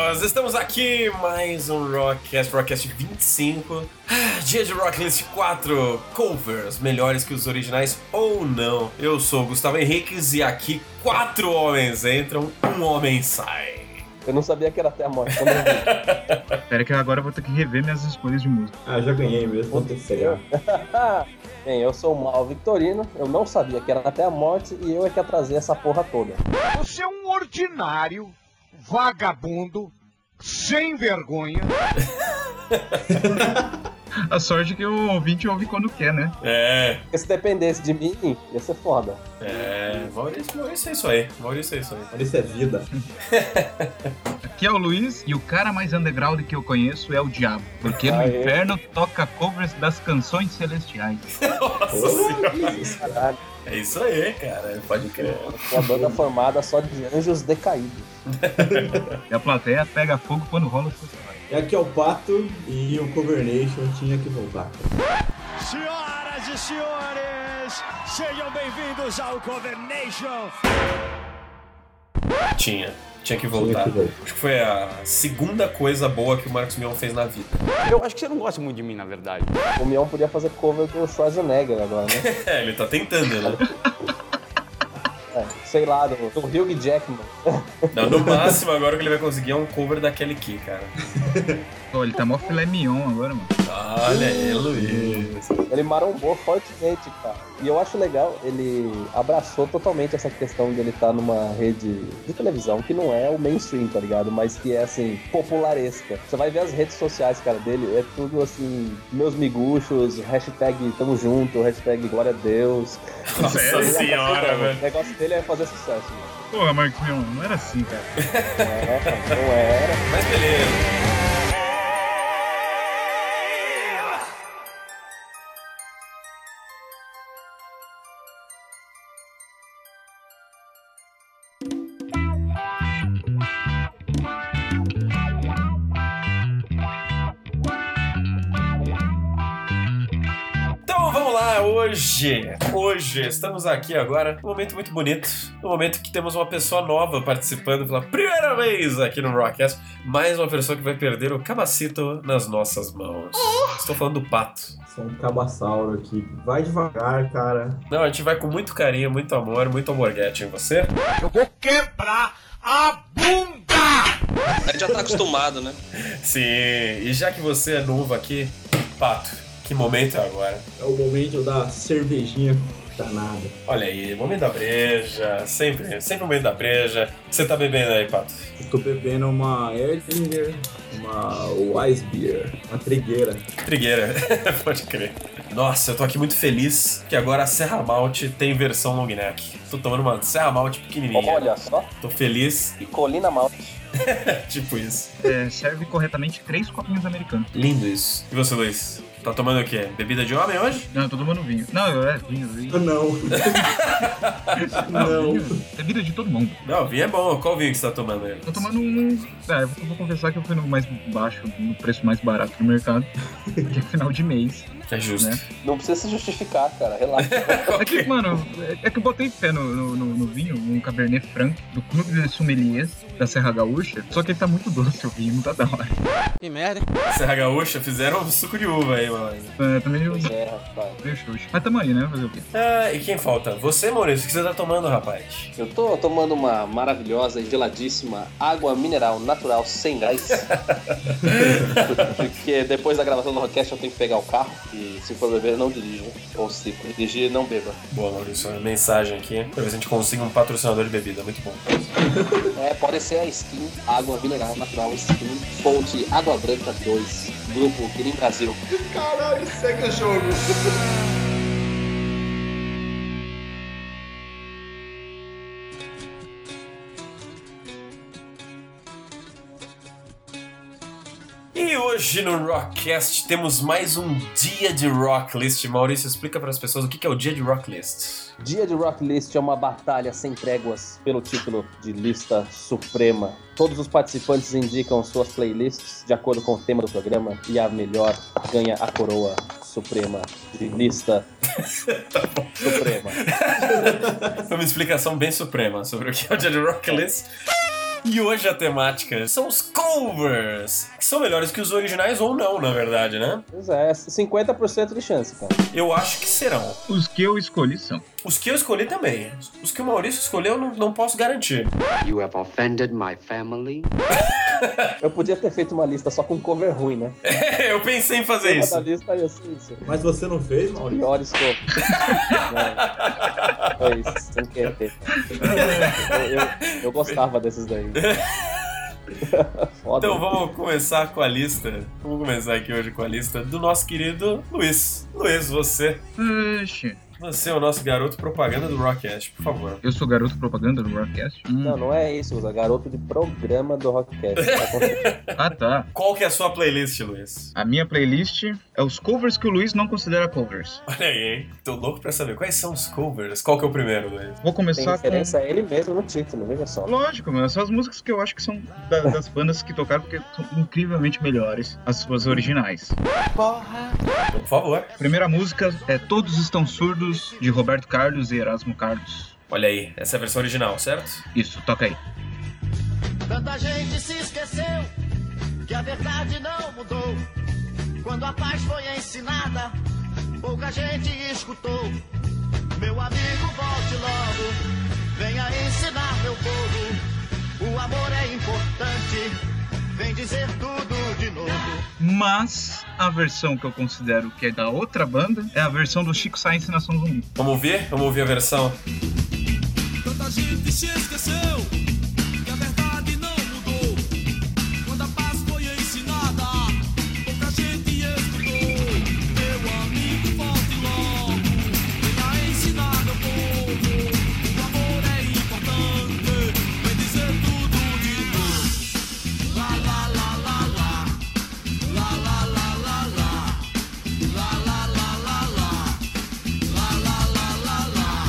amigos! Estamos aqui, mais um Rockcast 25. Dia de Rocklist 4, covers melhores que os originais ou não. Eu sou o Gustavo Henriques e aqui 4 homens entram, um homem sai. Eu não sabia que era até a morte. Espera que agora eu vou ter que rever minhas escolhas de música. Já ganhei mesmo, vou ter que ser. Bem, eu sou o Mal Victorino, eu não sabia que era até a morte e eu é que ia trazer essa porra toda. Você é um ordinário, vagabundo, sem vergonha. A sorte é que o ouvinte ouve quando quer, né? Porque se dependesse de mim, ia ser foda. Maurício é isso aí. Maurício é vida. Aqui é o Luiz e o cara mais underground que eu conheço é o Diabo. Porque no inferno toca covers das canções celestiais. Nossa senhora. Caralho. É isso aí, cara. Pode crer. Uma banda formada só de anjos decaídos. E a plateia pega fogo quando rola o festival. E aqui é o Pato e o Cover Nation tinha que voltar. Senhoras e senhores, sejam bem-vindos ao Cover Nation. Tinha que voltar. Acho que foi a segunda coisa boa que o Marcos Mion fez na vida. Eu acho que você não gosta muito de mim, na verdade. O Mion podia fazer cover do Schwarzenegger agora, né? Ele tá tentando, né? Sei lá, do Hugh Jackman. Não, no máximo agora que ele vai conseguir é um cover da Kelly Key, cara. Pô, ele tá mó filé mignon agora, mano. Olha aí, Luiz. Ele marombou fortemente, cara. E eu acho legal, ele abraçou totalmente essa questão de ele estar numa rede de televisão que não é o mainstream, tá ligado? Mas que é, assim, popularesca. Você vai ver as redes sociais, cara, dele, é tudo, assim, meus miguxos, hashtag tamo junto, hashtag glória a Deus. Nossa senhora, velho. O negócio dele é fazer sucesso, mano. Porra, Marcos Mion, não era assim, cara. Não era. Mas beleza. Hoje estamos aqui agora num momento muito bonito, num momento que temos uma pessoa nova participando pela primeira vez aqui no Rockcast, mais uma pessoa que vai perder o cabacito nas nossas mãos. Estou falando do Pato. Sou um cabaçauro aqui. Vai devagar, cara. Não, a gente vai com muito carinho, muito amor, muito amorguete em você. Eu vou quebrar a bunda! A gente já tá acostumado, né? Sim, e já que você é novo aqui, Pato, que momento é agora? É o momento da cervejinha danada. Olha aí, momento da breja, sempre o momento da breja. O que você tá bebendo aí, Pato? Eu tô bebendo uma Erdinger, uma Weissbier, uma trigueira. Trigueira, pode crer. Nossa, eu tô aqui muito feliz que agora a Serra Malte tem versão long neck. Tô tomando uma Serra Malte pequenininha. Olha só. Tô feliz. E Colina Malte. Tipo isso. Serve corretamente 3 copinhos americanos. Lindo isso. E você, Luiz? Tá tomando o quê? Bebida de homem hoje? Não, eu tô tomando vinho. Não, vinho. Não. Não. Vinho, bebida de todo mundo. Não, vinho é bom. Qual vinho que você tá tomando aí? Tô tomando um... eu vou confessar que eu fui no mais baixo, no preço mais barato do mercado. Que é final de mês. É justo. Né? Não precisa se justificar, cara. Relaxa. É que, mano, é que eu botei fé no vinho, um Cabernet Franc do Clube de Sommeliers da Serra Gaúcha. Só que ele tá muito doce o vinho, não tá da hora. Que merda, hein? Serra Gaúcha fizeram um suco de uva aí, mano. Também eu... rapaz. meio xoxo. Mas tamo aí, né? Fazer o quê? E quem falta? Você, Maurício, o que você tá tomando, rapaz? Eu tô tomando uma maravilhosa e geladíssima água mineral natural sem gás. Porque depois da gravação do Rockcast eu tenho que pegar o carro. E se for beber, não dirija. Ou se for dirigir, não beba. Boa, Maurício, uma mensagem aqui pra ver se a gente consiga um patrocinador de bebida. Muito bom. Pode ser a Skin, água mineral natural Skin, fonte Água Branca 2, grupo Green Brasil. Caralho, segue o jogo. E hoje no Rockcast temos mais um dia de Rocklist. Maurício, explica para as pessoas o que é o dia de Rocklist. Dia de Rocklist é uma batalha sem tréguas pelo título de lista suprema. Todos os participantes indicam suas playlists de acordo com o tema do programa e a melhor ganha a coroa suprema de lista suprema. Foi uma explicação bem suprema sobre o que é o dia de Rocklist. E hoje a temática são os covers, que são melhores que os originais ou não, na verdade, né? Pois é, 50% de chance, cara. Eu acho que serão. Os que eu escolhi são. Os que eu escolhi também. Os que o Maurício escolheu, eu não posso garantir. You have offended my family. Eu podia ter feito uma lista só com cover ruim, né? Eu pensei em fazer Uma isso. da lista ia ser isso. Mas você não fez, Maurício? Piores covers. Não. Foi isso, sem querer. Eu gostava desses daí. Foda. Então vamos começar com a lista. Vamos começar aqui hoje com a lista do nosso querido Luiz. Luiz, você é o nosso garoto propaganda do Rockcast, por favor. Eu sou garoto propaganda do Rockcast? Não é isso, usa garoto de programa do Rockcast. Ah, tá. Qual que é a sua playlist, Luiz? A minha playlist é os covers que o Luiz não considera covers. Olha aí, hein? Tô louco pra saber quais são os covers. Qual que é o primeiro, Luiz? Vou Tem começar referência a ele mesmo no título, veja só. Lógico, mas são as músicas que eu acho que são das bandas que tocaram, porque são incrivelmente melhores as suas originais. Por favor. A primeira música é Todos Estão Surdos, de Roberto Carlos e Erasmo Carlos. Olha aí, essa é a versão original, certo? Isso, toca aí. Tanta gente se esqueceu que a verdade não mudou. Quando a paz foi ensinada, pouca gente escutou. Meu amigo, volte logo, venha ensinar meu povo. O amor é importante, vem dizer tudo de novo. Mas a versão que eu considero que é da outra banda é a versão do Chico Science e Nação Zumbi. Vamos ouvir? Vamos ouvir a versão. Tanta gente se esqueceu que a verdade não mudou. Quando a paz foi ensinada, pouca gente escutou. Meu amigo, volte logo, venha ensinar meu povo. O amor é importante, vem dizer tudo de novo. Lá, lá, lá, lá, lá. Lá, lá, lá, lá, lá. Lá, lá, lá, lá, lá. Lá, lá, lá, lá,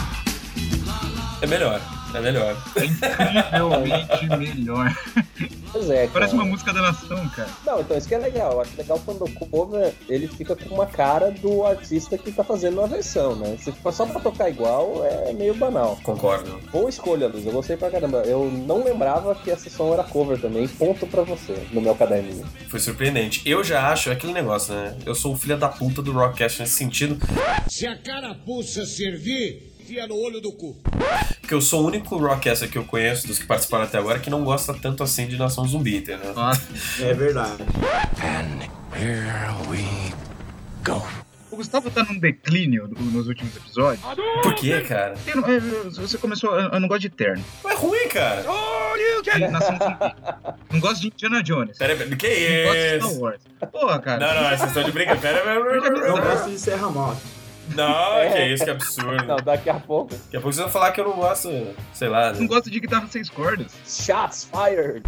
lá. É melhor, é melhor. É incrivelmente melhor. Pois é, cara. Parece uma música da nação, cara. Não, então isso que é legal. Eu acho legal quando o cover, ele fica com uma cara do artista que tá fazendo a versão, né? Se for só pra tocar igual, é meio banal. Concordo. Boa escolha, Luiz. Eu gostei pra caramba. Eu não lembrava que essa som era cover também. Ponto pra você, no meu caderninho. Foi surpreendente. Eu já acho aquele negócio, né? Eu sou o filho da puta do Rockcast nesse sentido. Se a carapuça servir, enfia no olho do cu. Porque eu sou o único Rockcaster que eu conheço, dos que participaram até agora, que não gosta tanto assim de Nação Zumbi, entendeu? Nossa. É verdade. And here we go. O Gustavo tá num declínio nos últimos episódios. Por quê, cara? Você começou... Eu não gosto de terno. É ruim, cara. De Nação Zumbi. Não gosto de Indiana Jones. Pera, que Não gosto de isso? Star Wars. Porra, cara. Não, vocês estão de brincadeira. Eu gosto de Serra Morte. Não, que isso, que absurdo. Não, daqui a pouco. Daqui a pouco vocês vão falar que eu não gosto, sei lá. Não gosto de guitarra 6 cordas. Shots fired!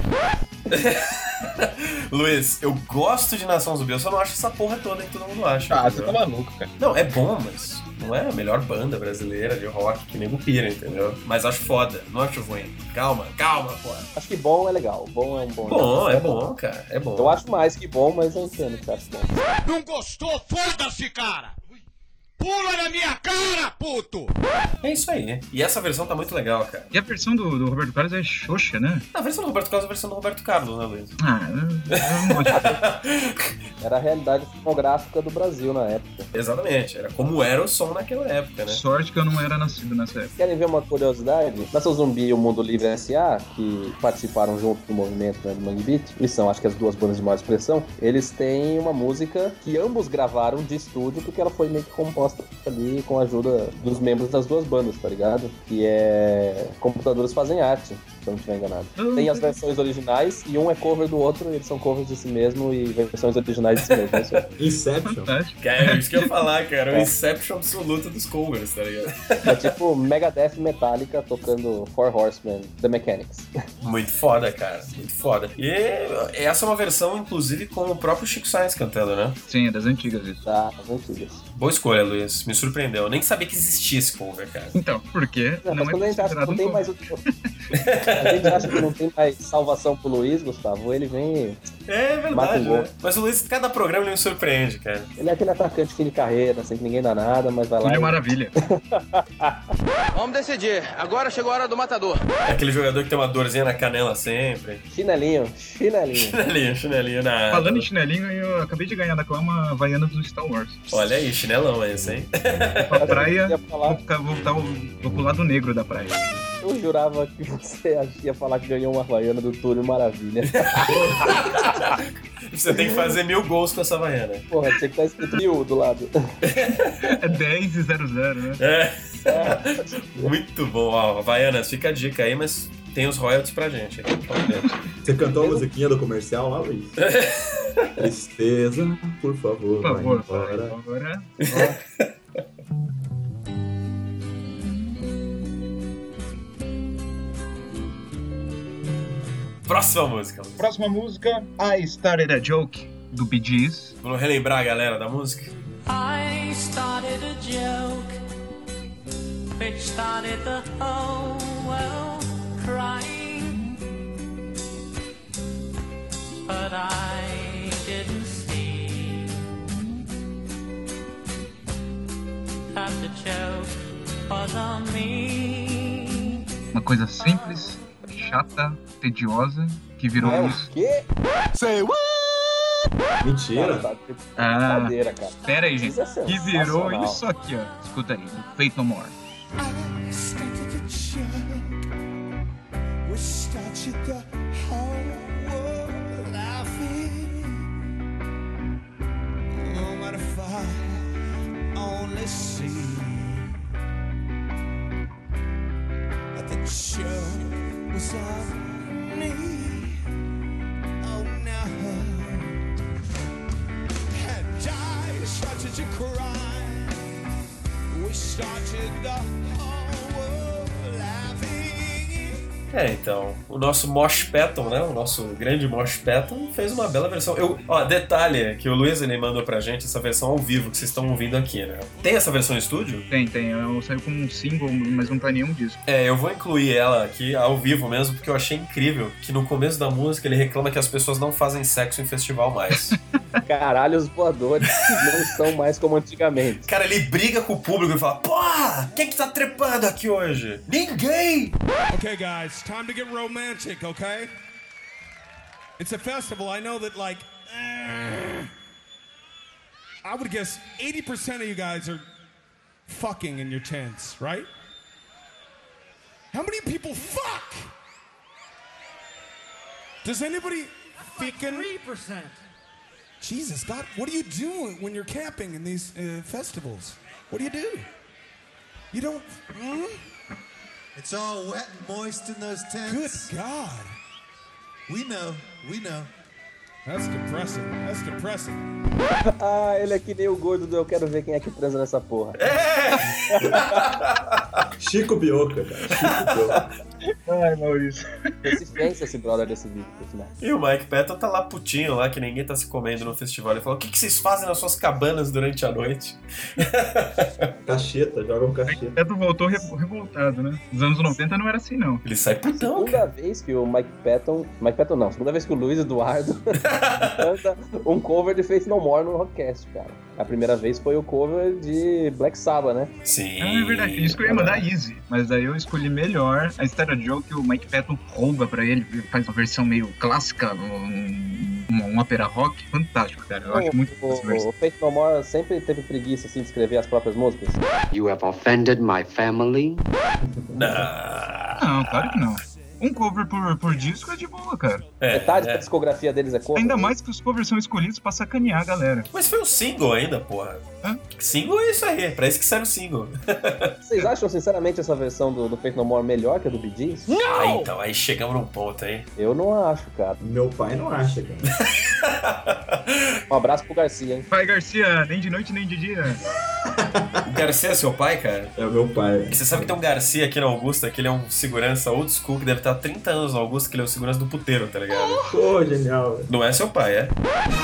Luiz, eu gosto de Nação Zumbi, eu só não acho essa porra toda que todo mundo acha. Ah, você entendeu? tá maluco, cara. Não, é bom, mas não é a melhor banda brasileira de rock que nego pira, entendeu? Mas acho foda, não acho ruim. Calma, porra. Acho que bom é legal. Bom é um bom. Bom, é bom, cara, é bom. Eu acho mais que bom, mas eu entendo que acho bom. Não gostou? Foda-se, cara! Pula na minha cara, puto! É isso aí. E essa versão tá muito legal, cara. E a versão do Roberto Carlos é xoxa, né? A versão do Roberto Carlos é a versão do Roberto Carlos, né, Luiz? Ah, eu não gosto de Era a realidade fonográfica do Brasil na época. Exatamente, era como era o som naquela época, né? Sorte que eu não era nascido nessa época. Querem ver uma curiosidade? Nação Zumbi e o Mundo Livre S.A., que participaram junto do movimento, né, do Mangue Beat, eles são, acho que as duas bandas de maior expressão, eles têm uma música que ambos gravaram de estúdio, porque ela foi meio que composta ali com a ajuda dos membros das duas bandas, tá ligado? Que é Computadores Fazem Arte, se eu não estiver enganado. Tem as versões originais e um é cover do outro, e eles são covers de si mesmo e versões originais de si mesmo. É isso aí. Inception. Fantástico. Cara, é isso que eu ia falar, cara. O Inception absoluto dos covers, tá ligado? É tipo Megadeth e Metallica tocando Four Horsemen, The Mechanics. Muito foda, cara. Muito foda. E essa é uma versão, inclusive, com o próprio Chico Science cantando, né? Sim, é das antigas isso. Tá, as antigas. Boa escolha, Luiz. Me surpreendeu. Eu nem sabia que existia esse cover, cara. Então, por quê? Não, mas quando a gente acha que considerado não tem um mais a gente acha que não tem mais salvação pro Luiz, Gustavo, ele vem. É Mata verdade, um gol. né? Mas o Luiz, cada programa ele me surpreende, cara. Ele é aquele atacante fim de carreira, sem que ninguém dá nada, mas vai lá. Mulher e... Maravilha. Vamos decidir. Agora chegou a hora do matador. É aquele jogador que tem uma dorzinha na canela sempre. Chinelinho. Chinelinho na... Falando em chinelinho, eu acabei de ganhar da Clã uma Havaiana do Star Wars. Olha aí, chinelão esse, hein? Pra praia, vou pro lado negro da praia. Eu jurava que você ia falar que ganhou uma Havaiana do Túlio Maravilha. Você tem que fazer 1000 gols com essa Havaiana. Porra, tinha que estar escrito 1000 do lado. É 10 e 00, né? Muito bom. Ó, Havaianas, fica a dica aí, mas tem os royalties pra gente aqui. Você cantou a musiquinha do comercial lá, Luiz? Tristeza, por favor, Por favor, vai embora. agora. Próxima música. I Started a Joke, do Bee Gees. Vamos relembrar a galera da música? I started a joke which started the whole world crying, but I didn't see that the joke was on me. Uma coisa simples, chata, tediosa, que virou isso. O quê? Say what? Mentira. Brincadeira, cara. Pera aí, gente. Isso é Que virou sensacional. isso aqui, ó. Escuta aí, do Faith No More. I started a joke which started the whole world laughing. Oh, what if I only see that the joke was on me? Oh no. And I started to cry. We started the whole world laughing. Então, o nosso Mosh Patton, né? O nosso grande Mosh Patton fez uma bela versão. Detalhe que o Luiz ele mandou pra gente essa versão ao vivo que vocês estão ouvindo aqui, né? Tem essa versão em estúdio? Tem. Eu saiu como um single, mas não tá em nenhum disco. Eu vou incluir ela aqui ao vivo mesmo, porque eu achei incrível que no começo da música ele reclama que as pessoas não fazem sexo em festival mais. Caralho, os voadores não são mais como antigamente. Cara, ele briga com o público e fala: porra, quem que tá trepando aqui hoje? Ninguém! Okay, guys, time to get romantic, okay? It's a festival. I know that, like, I would guess 80% of you guys are fucking in your tents, right? How many people fuck? Does anybody fucking 3%? Jesus, God, what do you do when you're camping in these festivals? What do you do? You don't. It's all wet and moist in those tents. Good God. We know. That's depressing. Ah, ele é que nem o gordo do Eu Quero Ver Quem É Que Transa Nessa Porra. Chico Bioca, cara. Chico Bioca. Ai, Maurício. Resistência esse brother desse vídeo, por final. E o Mike Patton tá lá putinho lá, que ninguém tá se comendo no festival. Ele falou: o que vocês fazem nas suas cabanas durante a noite? Cacheta, joga um cacheta. O Patton voltou revoltado, né? Nos anos 90 não era assim, não. Ele sai putão, Segunda vez que o segunda vez que o Luiz Eduardo canta um cover de Faith No More no Rockcast, cara. A primeira vez foi o cover de Black Sabbath, né? Sim. É verdade, isso que eu ia mandar Easy, mas daí eu escolhi melhor a Started a Joke que o Mike Patton rouba pra ele, faz uma versão meio clássica, um ópera rock, fantástico, cara. Eu acho muito essa versão. O Faith No More sempre teve preguiça assim, de escrever as próprias músicas. You have offended my family? Não, claro que não. Um cover por disco é de boa, cara. Metade da discografia deles é cover. Ainda mais que os covers são escolhidos pra sacanear a galera. Mas foi um single ainda, porra. Single é isso aí, é pra isso que sai o single. Vocês acham, sinceramente, essa versão do Faith No More melhor que a do Bee Gees? Não! Então, aí chegamos num ponto aí. Eu não acho, cara. Meu pai não acha, cara. Um abraço pro Garcia, hein? Pai Garcia, nem de noite nem de dia. O Garcia é seu pai, cara? É o meu pai. Você sabe que tem um Garcia aqui na Augusta, que ele é um segurança old school, que deve estar há 30 anos na Augusta, que ele é o segurança do puteiro, tá ligado? Pô, genial. Não é seu pai, é?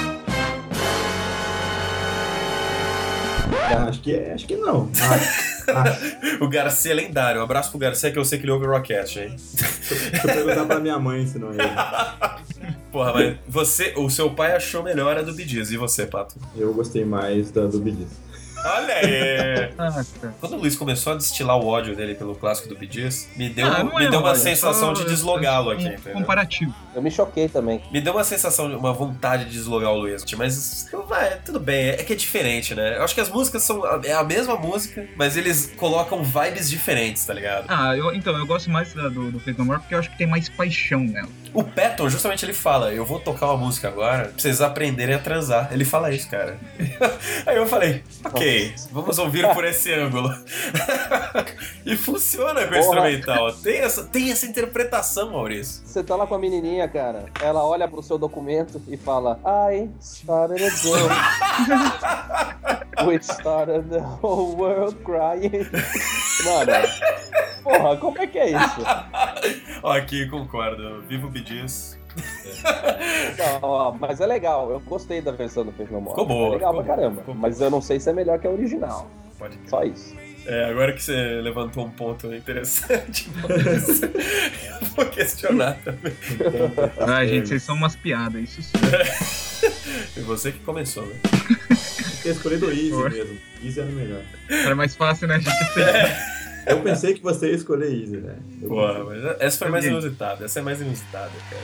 Acho que não. O Garcia é lendário. Um abraço pro Garcia, que eu sei que ele ouve o Rockcast, hein? Deixa eu perguntar pra minha mãe, senão ele. Porra, mas o seu pai achou melhor a do Bee Gees, e você, Pato? Eu gostei mais da do Bee Gees. Olha aí! Nossa. Quando o Luiz começou a destilar o ódio dele pelo clássico do Bee Gees, me deu uma ódio, sensação de deslogá-lo aqui, um entendeu? comparativo. Eu me choquei também. Me deu uma sensação, uma vontade de deslogar o Luiz, mas tudo bem, é que é diferente, né? Eu acho que as músicas são a mesma música, mas eles colocam vibes diferentes, tá ligado? Eu gosto mais do Faith No More porque eu acho que tem mais paixão nela. O Patton, justamente, ele fala, eu vou tocar uma música agora pra vocês aprenderem a transar. Ele fala isso, cara. Aí eu falei, ok, vamos ouvir por esse ângulo. E funciona com o instrumental. Tem essa interpretação, Maurício. Você tá lá com a menininha, cara, ela olha pro seu documento e fala, I started again. We started the whole world crying. Mano, porra, como é que é isso? Aqui, concordo. Viva o Bee Gees. Não, mas é legal, eu gostei da versão do Faith No More. Ficou boa. É legal pra caramba, mas eu não sei se é melhor que a original. Pode crer. Só isso. Agora que você levantou um ponto interessante, eu vou questionar também. Gente, vocês são umas piadas, isso sim. E você que começou, né? Ter escolhido o Easy mesmo. Easy era o melhor. Era mais fácil, né, gente? Eu pensei que você ia escolher Easy, né? Porra, mas essa foi mais inusitada. Essa é mais inusitada, cara.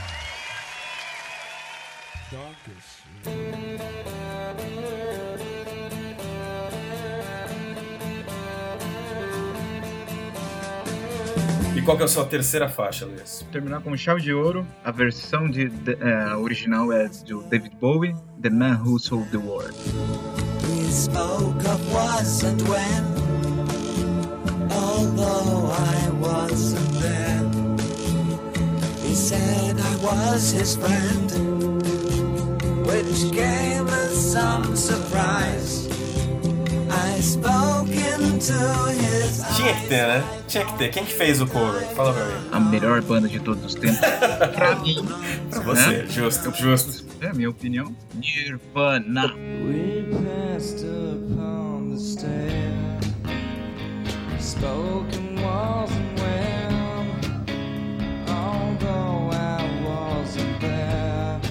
E qual que é a sua terceira faixa, Luiz? Terminar com chave de ouro. A versão original é do David Bowie, The Man Who Sold the World. We spoke of was and when, although I wasn't there. He said I was his friend, which came as some surprise. I spoke into his eyes. Tinha que ter, né? Tinha que ter. Quem que fez o cover? Fala pra mim. A melhor banda de todos os tempos. Pra mim. Pra você, né? Justo. É a minha opinião. Nirvana. We passed upon the stair, spoken walls and when, although I wasn't there,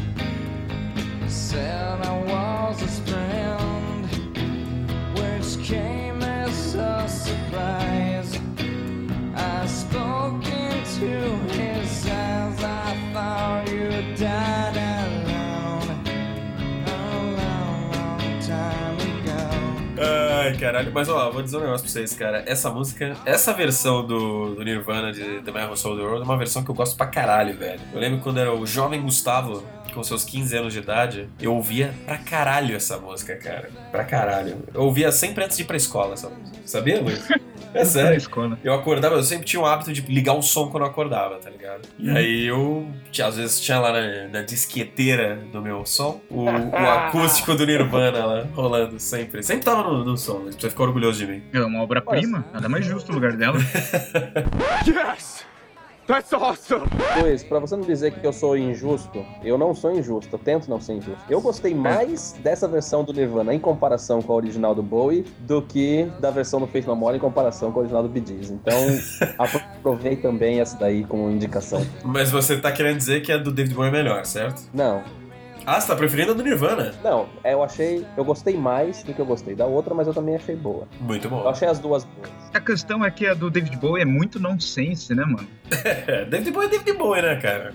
said I was his friend, which came as a surprise. I spoke into his eyes, I thought you died alone, a long time ago. Ai, caralho. Mas, ó, vou dizer um negócio pra vocês, cara. Essa música, essa versão do Nirvana de The Man Who Sold the World é uma versão que eu gosto pra caralho, velho. Eu lembro quando era o jovem Gustavo, com seus 15 anos de idade, eu ouvia pra caralho essa música, cara. Pra caralho. Eu ouvia sempre antes de ir pra escola essa música. Sabia, Luiz? É sério. Eu acordava, eu sempre tinha o hábito de ligar o som quando eu acordava, tá ligado? E aí eu, às vezes, tinha lá na disqueteira do meu som o acústico do Nirvana lá, rolando sempre. Sempre tava no som, mas você ficar orgulhoso de mim. É uma obra-prima, nada mais justo o lugar dela. Yes! That's awesome! Luiz, pra você não dizer que eu sou injusto, eu não sou injusto, eu tento não ser injusto. Eu gostei mais dessa versão do Nirvana em comparação com a original do Bowie do que da versão do Faith No More em comparação com a original do Bee Gees. Então, aprovei também essa daí como indicação. Mas você tá querendo dizer que a do David Bowie é melhor, certo? Não. Ah, você tá preferindo a do Nirvana? Não, eu gostei mais do que eu gostei da outra, mas eu também achei boa. Muito bom. Eu achei as duas boas. A questão é que a do David Bowie é muito nonsense, né, mano? David Bowie é David Bowie, né, cara?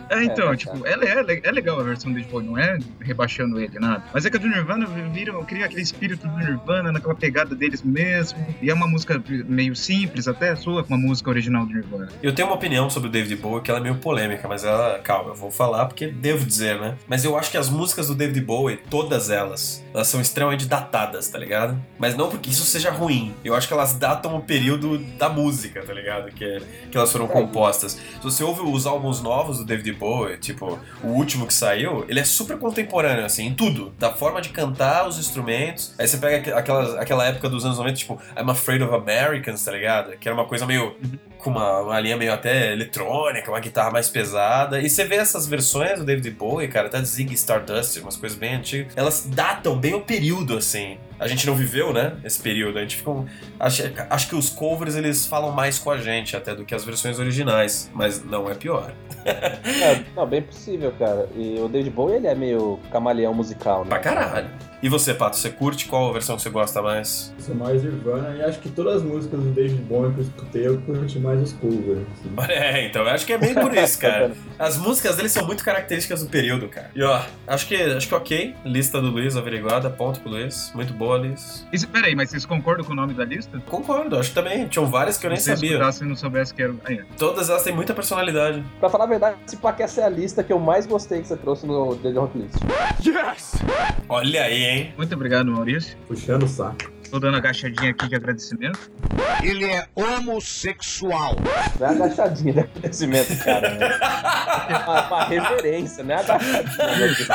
É legal a versão do David Bowie, não é rebaixando ele, nada. Mas é que a do Nirvana eu queria aquele espírito do Nirvana, naquela pegada deles mesmo. E é uma música meio simples, até soa com a música original do Nirvana. Eu tenho uma opinião sobre o David Bowie que ela é meio polêmica, mas calma, eu vou falar porque devo dizer, né? Mas eu acho que as músicas do David Bowie, todas elas são extremamente datadas, tá ligado? Mas não porque isso seja ruim. Eu acho que elas datam o período da música, tá ligado? Que elas foram compostas. Se você ouve os álbuns novos do David Bowie, tipo, o último que saiu, ele é super contemporâneo, assim, em tudo. Da forma de cantar, os instrumentos. Aí você pega aquela época dos anos 90, tipo, I'm Afraid of Americans, tá ligado? Que era uma coisa meio... com uma linha meio até eletrônica, uma guitarra mais pesada. E você vê essas versões do David Bowie, cara, até Ziggy Stardust, umas coisas bem antigas. Elas datam bem o período, assim. a gente não viveu, né, esse período. A gente fica acho que os covers, eles falam mais com a gente até do que as versões originais, mas não é pior. Não, bem possível, cara. E o David Bowie, ele é meio camaleão musical, né? Pra caralho. E você, Pato, você curte? Qual a versão que você gosta mais? Eu sou mais Nirvana e acho que todas as músicas do David Bowie que eu escutei, eu curti mais os covers. Assim. Então, eu acho que é bem por isso, cara. As músicas dele são muito características do período, cara. E ó, acho que ok. Lista do Luiz averiguada, ponto pro Luiz. Muito boa, Luiz. Peraí, mas vocês concordam com o nome da lista? Concordo, acho que também. Tinham várias que eu nem sabia. Se não soubesse que era... Todas elas têm muita personalidade. Pra falar a verdade, esse pá que essa é a lista que eu mais gostei que você trouxe no The Rock List. Yes! Olha aí, hein? Muito obrigado, Maurício. Puxando o saco. Tô dando agachadinha aqui de agradecimento. Ele é homossexual. Não é agachadinha de agradecimento, cara. Né? Uma referência, né? Agachadinha.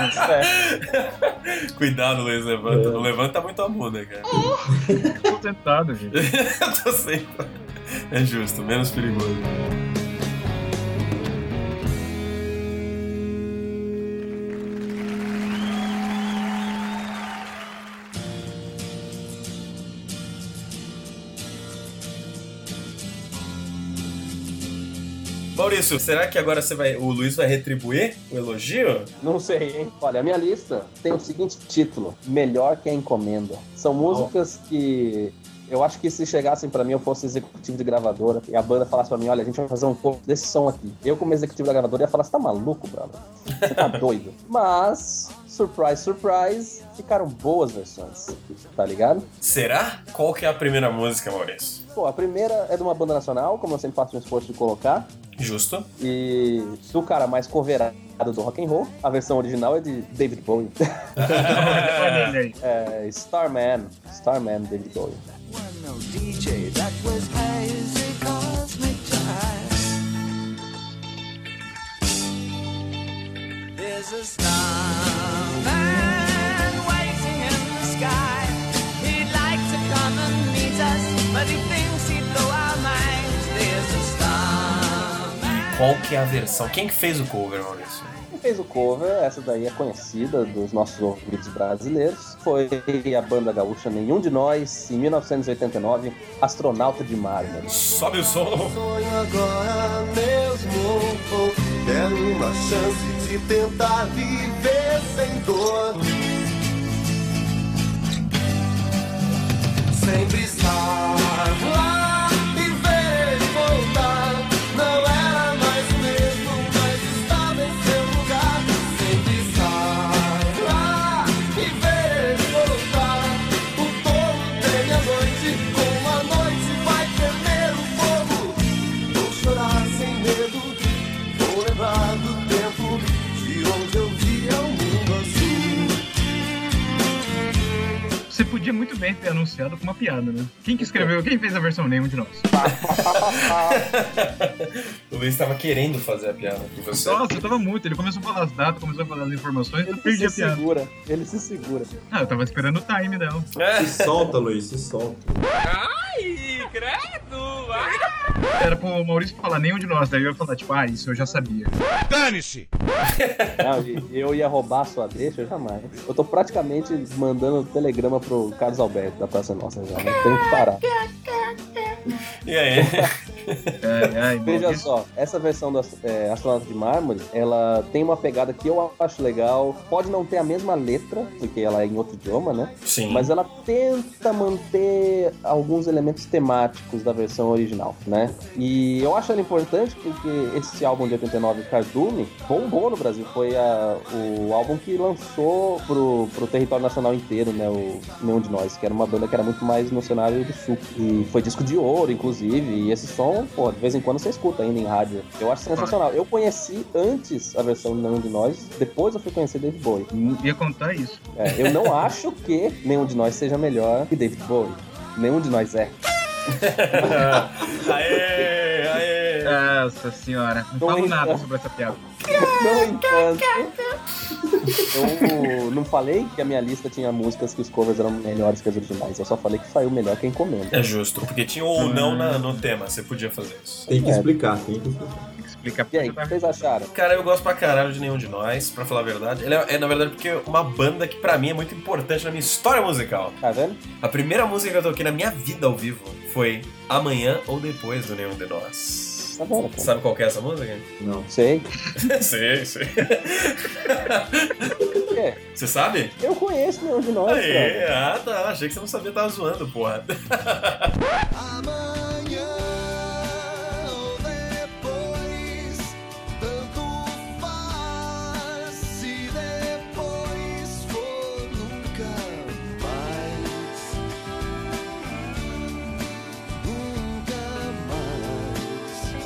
Cuidado, Luiz, levanta. Não levanta muito a bunda, cara. Tô tentado, gente. Eu tô sempre. É justo, menos perigoso. Maurício, será que agora o Luiz vai retribuir o elogio? Não sei, hein? Olha, a minha lista tem o seguinte título: Melhor que a Encomenda. São músicas que eu acho que se chegassem pra mim, eu fosse executivo de gravadora e a banda falasse pra mim, olha, a gente vai fazer um cover desse som aqui. Eu, como executivo da gravadora, ia falar, você tá maluco, brother? Você tá doido? Mas, surprise, surprise, ficaram boas versões, tá ligado? Será? Qual que é a primeira música, Maurício? Pô, a primeira é de uma banda nacional, como eu sempre faço um esforço de colocar. Justo. E do cara mais coverado do rock and roll, a versão original é de David Bowie. É Starman, David Bowie. No DJ, that was hazy cosmic jive. There's a starman waiting in the sky. He'd like to come and meet us, but he thinks he'd blow our minds. There's a starman. Qual que é a versão? Quem que fez o cover, Maurício? Quem fez o cover, essa daí é conhecida dos nossos ouvidos brasileiros, foi a banda gaúcha Nenhum de Nós, em 1989, Astronauta de Mármore. Sobe o som! Sonho agora mesmo, quero uma chance de tentar viver sem dor. Sempre estar lá e ver ele voltar. Não era mais o mesmo, mas estava em seu lugar. Sempre estar lá e ver ele voltar. O touro tem a noite, como a noite vai tremer o fogo. Vou chorar sem medo, vou lembrar do tempo de onde eu via o mundo azul. Você podia muito bem ter anunciado com uma piada, né? Quem que escreveu, quem fez a versão Nenhum de Nós? O Luiz tava querendo fazer a piada com você. Nossa, eu tava muito. Ele começou a falar as datas, começou a falar as informações, eu perdi a piada. Ele se segura. Ah, eu tava esperando o time dela. Se solta, Luiz, se solta. Ai, credo! Era pro Maurício falar Nenhum de Nós, daí eu ia falar, tipo, isso eu já sabia. Dane-se! Eu ia roubar a sua deixa? Jamais. Eu tô praticamente mandando telegrama pro Carlos Alberto da Praça Nossa já, não tem que parar. E aí? Veja só, essa versão do Astronauta de Mármore, ela tem uma pegada que eu acho legal. Pode não ter a mesma letra, porque ela é em outro idioma, né? Sim. Mas ela tenta manter alguns elementos temáticos da versão original, né? E eu acho ela importante porque esse álbum de 89, Cardume, bombou no Brasil. Foi o álbum que lançou pro território nacional inteiro, né? O Nenhum de Nós, que era uma banda que era muito mais no cenário do sul. E foi disco de ouro, inclusive, e esse som, pô, de vez em quando você escuta ainda em rádio. Eu acho sensacional. Eu conheci antes a versão do Nenhum de Nós, depois eu fui conhecer David Bowie. Ia contar isso. Eu não acho que Nenhum de Nós seja melhor que David Bowie. Nenhum de nós é. Aê! Nossa senhora, não falo nada sobre essa piada. No entanto, Eu não falei que a minha lista tinha músicas que os covers eram melhores que as originais. Eu só falei que saiu melhor que a encomenda. É justo, porque tinha ou não no tema, você podia fazer isso. Tem que explicar. Explica. E aí, o que vocês acharam? Cara, eu gosto pra caralho de Nenhum de Nós, pra falar a verdade. Ele é na verdade, porque é uma banda que pra mim é muito importante na minha história musical. Tá vendo? A primeira música que eu toquei na minha vida ao vivo foi Amanhã ou Depois do Nenhum de Nós. Tá bom, cara. Sabe qual que é essa música? Não. Sei. sei. É. Você sabe? Eu conheço Nenhum de Nós, Aê, cara. tá. Achei que você não sabia, tava zoando, porra. Amanhã ou depois, tanto faz. Se depois for nunca mais, nunca mais.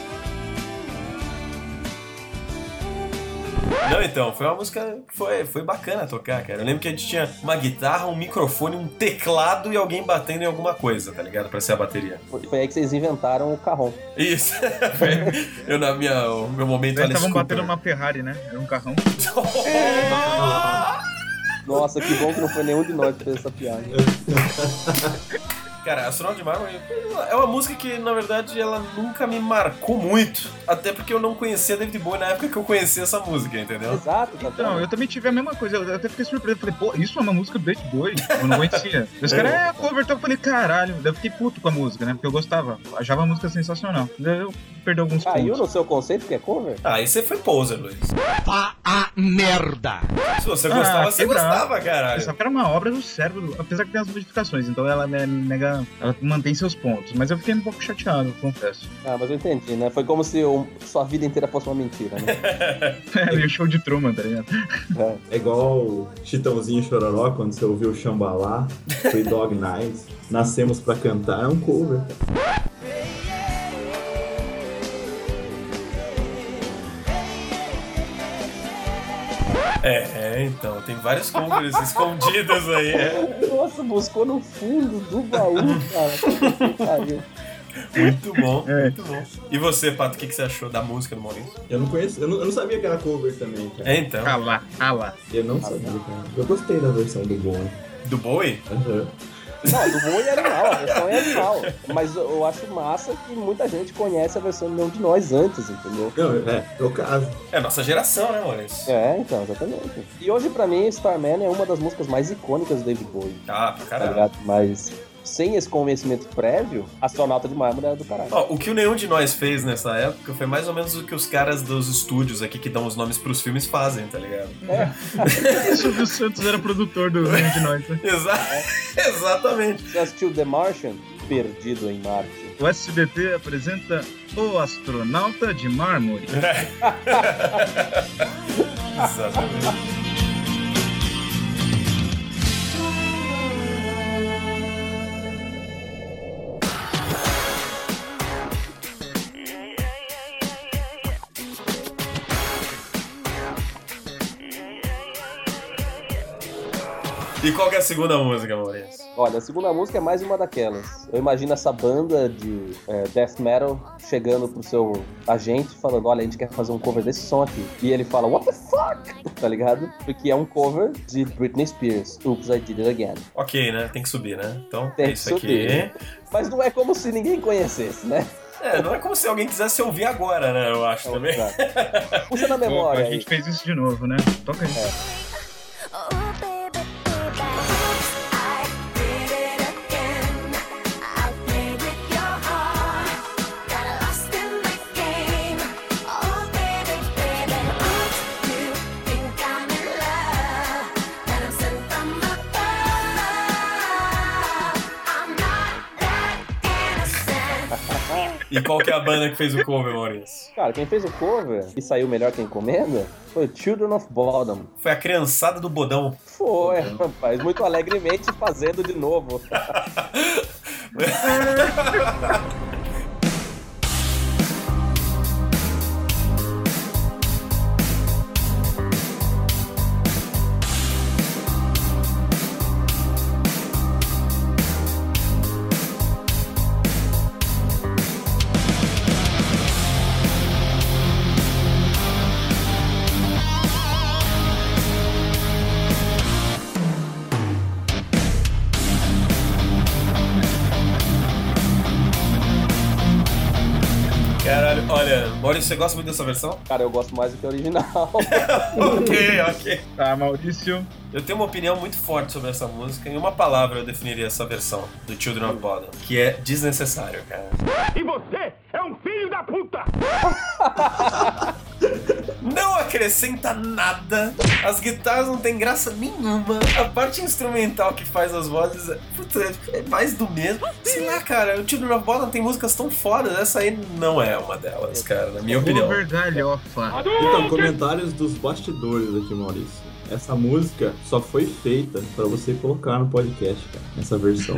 Não, então, foi uma música que foi bacana tocar, cara. Eu lembro que a gente tinha uma guitarra, um microfone, um teclado e alguém batendo em alguma coisa, tá ligado? Pra ser a bateria. Foi aí que vocês inventaram o carrom. Isso. O meu momento Eles Alice estavam Cooper. batendo uma Ferrari, né? Era um carrão. Nossa, que bom que não foi nenhum de nós que fez essa piada. Cara, Astronauta de Mármore é uma música que, na verdade, ela nunca me marcou muito. Até porque eu não conhecia David Bowie na época que eu conhecia essa música, entendeu? Exato, tá Então, vendo? eu também tive a mesma coisa. Eu até fiquei surpreso. Falei, pô, isso é uma música do David Bowie? Eu não conhecia. Os caras, cover, então eu falei, caralho. Daí eu fiquei puto com a música, né? Porque eu gostava. Achava a música sensacional. Daí eu perdi alguns Caiu pontos. no seu conceito que é cover? Ah, aí você foi poser, Luiz. A merda! Se você gostava, você quebrado. gostava, caralho. Só que era uma obra do cérebro, apesar que tem as modificações. Então ela nega, ela mantém seus pontos. Mas eu fiquei um pouco chateado, confesso. Ah, mas eu entendi, né? Foi como se sua vida inteira fosse uma mentira, né? É meio show de Truman, tá ligado? É igual o Chitãozinho e Chororó, quando você ouviu o Xambalá, Free Dog Night, Nascemos Pra Cantar, é um cover. Então, tem vários covers escondidos aí. Nossa, buscou no fundo do baú, cara. Muito bom, muito bom. E você, Pato, o que você achou da música do Maurício? Eu não conheço, eu não sabia que era cover também, cara. Então. Ah lá. Eu não sabia, cara. Eu gostei da versão do Bowie. Do Bowie? Aham. Não, do Bowie é animal, a versão é animal. Mas eu acho massa que muita gente conhece a versão de Nenhum de Nós antes, entendeu? Não, é o caso. É a nossa geração, né, Maurício? Então, exatamente. E hoje, pra mim, Starman é uma das músicas mais icônicas do David Bowie. Ah, pra Tá caralho. ligado? Mas sem esse conhecimento prévio, Astronauta de Mármore é do caralho. Ó, o que o Nenhum de Nós fez nessa época foi mais ou menos o que os caras dos estúdios aqui que dão os nomes pros filmes fazem, tá ligado? O Silvio Santos era produtor do Nenhum de Nós, né? Exatamente. Você assistiu The Martian? Perdido em Marte. O SBT apresenta O Astronauta de Mármore. Exatamente. E qual que é a segunda música, Maurício? Olha, a segunda música é mais uma daquelas. Eu imagino essa banda de death metal chegando pro seu agente falando, olha, a gente quer fazer um cover desse som aqui. E ele fala, what the fuck? Tá ligado? Porque é um cover de Britney Spears, Oops, I Did It Again. Ok, né? Tem que subir, né? Então, Tem é que isso subir. aqui. Mas não é como se ninguém conhecesse, né? Não é como se alguém quisesse ouvir agora, né? Eu acho também. Puxa na memória. Opa, a gente fez isso de novo, né? Toca aí. E qual que é a banda que fez o cover, Maurício? Cara, quem fez o cover e saiu melhor que a encomenda foi o Children of Bodom. Foi a criançada do Bodão. Foi, rapaz, muito alegremente fazendo de novo. Caralho, olha, Maurício, você gosta muito dessa versão? Cara, eu gosto mais do que a original. Ok. Tá, Maurício. Eu tenho uma opinião muito forte sobre essa música. Em uma palavra eu definiria essa versão do Children of Bodom, que é desnecessário, cara. E você é um filho da puta! Não acrescenta nada. As guitarras não tem graça nenhuma. A parte instrumental que faz as vozes é mais do mesmo. Sei lá, cara, o Children of Bodom tem músicas tão fodas. Essa aí não é uma delas, cara, na minha opinião. Galhofa. Então, comentários dos bastidores aqui, Maurício. Essa música só foi feita pra você colocar no podcast, cara, nessa versão.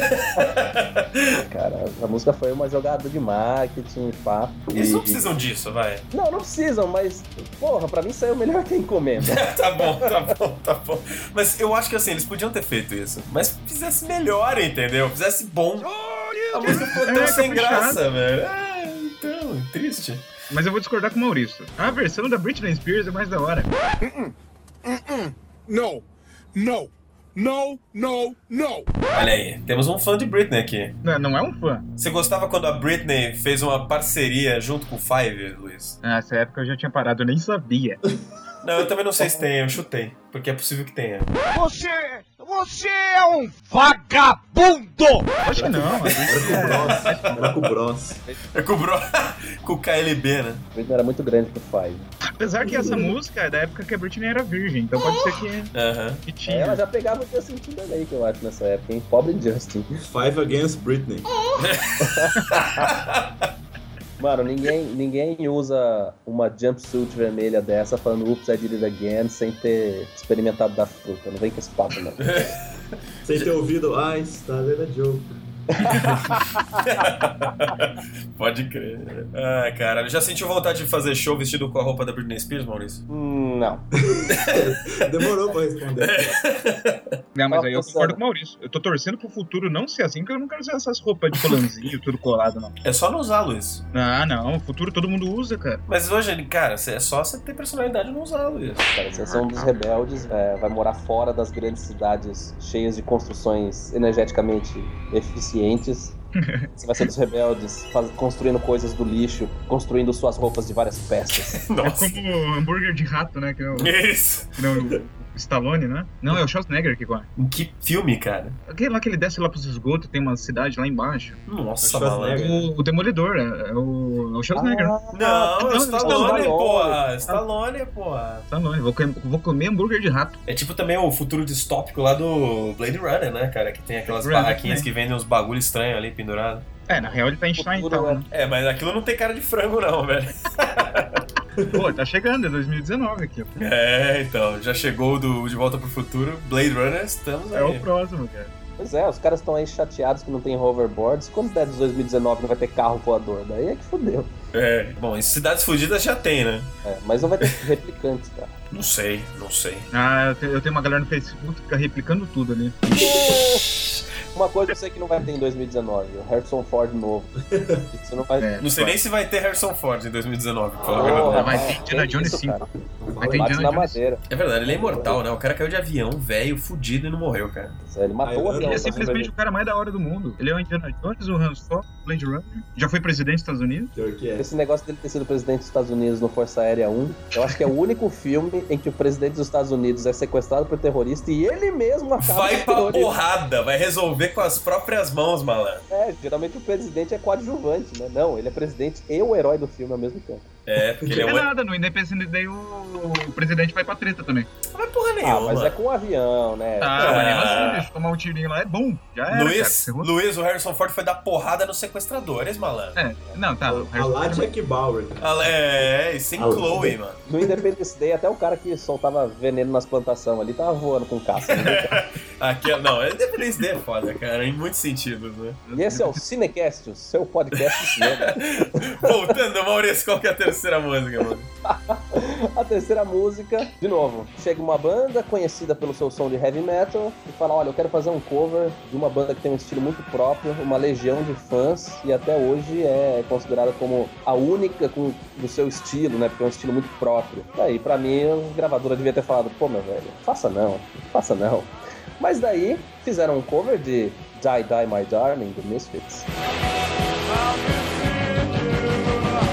Cara, a música foi uma jogada de marketing, pá. Eles não precisam disso, vai. Não precisam, mas, porra, pra mim saiu melhor que a encomenda. Tá bom. Mas eu acho que assim, eles podiam ter feito isso. Mas fizesse melhor, entendeu? Fizesse bom. A música ficou tão sem graça, velho. Então, triste. Mas eu vou discordar com o Maurício. A versão da Britney Spears é mais da hora. No. Olha aí, temos um fã de Britney aqui. Não é um fã. Você gostava quando a Britney fez uma parceria junto com o Five, Luiz? Nessa época eu já tinha parado, eu nem sabia. Não, eu também não sei se tem, eu chutei. Porque é possível que tenha. Você é um vagabundo! Acho que não. Era com o Bros. É com o Bros. Com o KLB, né? A Britney era muito grande pro Five. Apesar que essa música é da época que a Britney era virgem, então pode ser que tinha. Ela já pegava o Justin Timberlake, eu acho, nessa época, hein? Pobre Justin. Five Against Britney. Mano, ninguém usa uma jumpsuit vermelha dessa falando Oops, I did it again, sem ter experimentado da fruta. Não vem com esse papo, não. Sem ter ouvido, started a joke. Pode crer. Ah, cara, já sentiu vontade de fazer show vestido com a roupa da Britney Spears, Maurício? Não. Demorou pra responder. Não, mas aí eu concordo com o Maurício. Eu tô torcendo pro futuro não ser assim, porque eu não quero usar essas roupas de colanzinho, tudo colado, não. É só não usar, Luiz. Não, o futuro todo mundo usa, cara. Mas hoje, cara, é só você ter personalidade e não usar, Luiz. Cara, você é um dos rebeldes, vai morar fora das grandes cidades cheias de construções energeticamente eficientes. Você vai ser dos rebeldes, construindo coisas do lixo, construindo suas roupas de várias peças. Nossa. É como hambúrguer de rato, né? Que é o... Isso. Que não, o Stallone, né? Não, é o Schwarzenegger que come. Em que filme, cara? Aquele lá que ele desce lá pros esgotos, tem uma cidade lá embaixo. Nossa, malandro. O Demolidor, é o Schwarzenegger. Não, é o Stallone, porra. Stallone, porra. Stallone, vou comer hambúrguer de rato. É tipo também o futuro distópico lá do Blade Runner, né, cara? Que tem aquelas barraquinhas que vendem uns bagulho estranho ali pendurado. Na real ele tá em Stein, então, né? É, mas aquilo não tem cara de frango não, velho. Pô, tá chegando, é 2019 aqui. É, então, já chegou De Volta pro Futuro, Blade Runner, estamos aí. É o próximo, cara. Pois é, os caras estão aí chateados que não tem hoverboards. Quando der de 2019 não vai ter carro voador, daí é que fodeu. É, bom, em Cidades Fudidas já tem, né? É, mas não vai ter replicantes, cara. Não sei. Eu tenho uma galera no Facebook que fica replicando tudo ali. Uma coisa eu sei que não vai ter em 2019, o Harrison Ford novo. Isso não vai... Não sei nem se vai ter Harrison Ford em 2019, pra falar a verdade. Vai ter Indiana Jones 5. Vai ter Indiana Jones. É verdade, ele é imortal, né? O cara caiu de avião, velho, fudido e não morreu, cara. Ele matou o avião. Ele é simplesmente o cara mais da hora do mundo. Ele é o Indiana Jones, o Han Solo, o Blade Runner. Já foi presidente dos Estados Unidos. Esse negócio dele ter sido presidente dos Estados Unidos no Força Aérea 1, eu acho que é o único filme em que o presidente dos Estados Unidos é sequestrado por terrorista e ele mesmo acaba... Vai pra porrada, vai resolver com as próprias mãos, malandro. Geralmente o presidente é coadjuvante, né? Não, ele é presidente e o herói do filme ao mesmo tempo. É, porque ele é nada, no Independence Day o presidente vai pra treta também. Não vai porra nenhuma. Mas é com o avião, né? Mas mesmo assim, deixa eu tomar um tirinho lá, é bom. Já era, Luiz, o Harrison Ford foi dar porrada nos sequestradores, malandro. A lá Jack Bauer. E sem Chloe, mano. No Independence Day, até o cara que soltava veneno nas plantações ali tava voando com caça. Não, Independence Day é foda, cara, em muitos sentidos, né? E esse é o Cinecast, o seu podcast de cinema. Voltando, Maurício, qual que é a terceira música, mano? A terceira música, de novo, chega uma banda conhecida pelo seu som de heavy metal e fala, olha, eu quero fazer um cover de uma banda que tem um estilo muito próprio, uma legião de fãs e até hoje é considerada como a única do seu estilo, né, porque é um estilo muito próprio. Daí, pra mim, a gravadora devia ter falado, pô, meu velho, faça não. Mas daí, fizeram um cover de Die, Die, My Darling, do Misfits.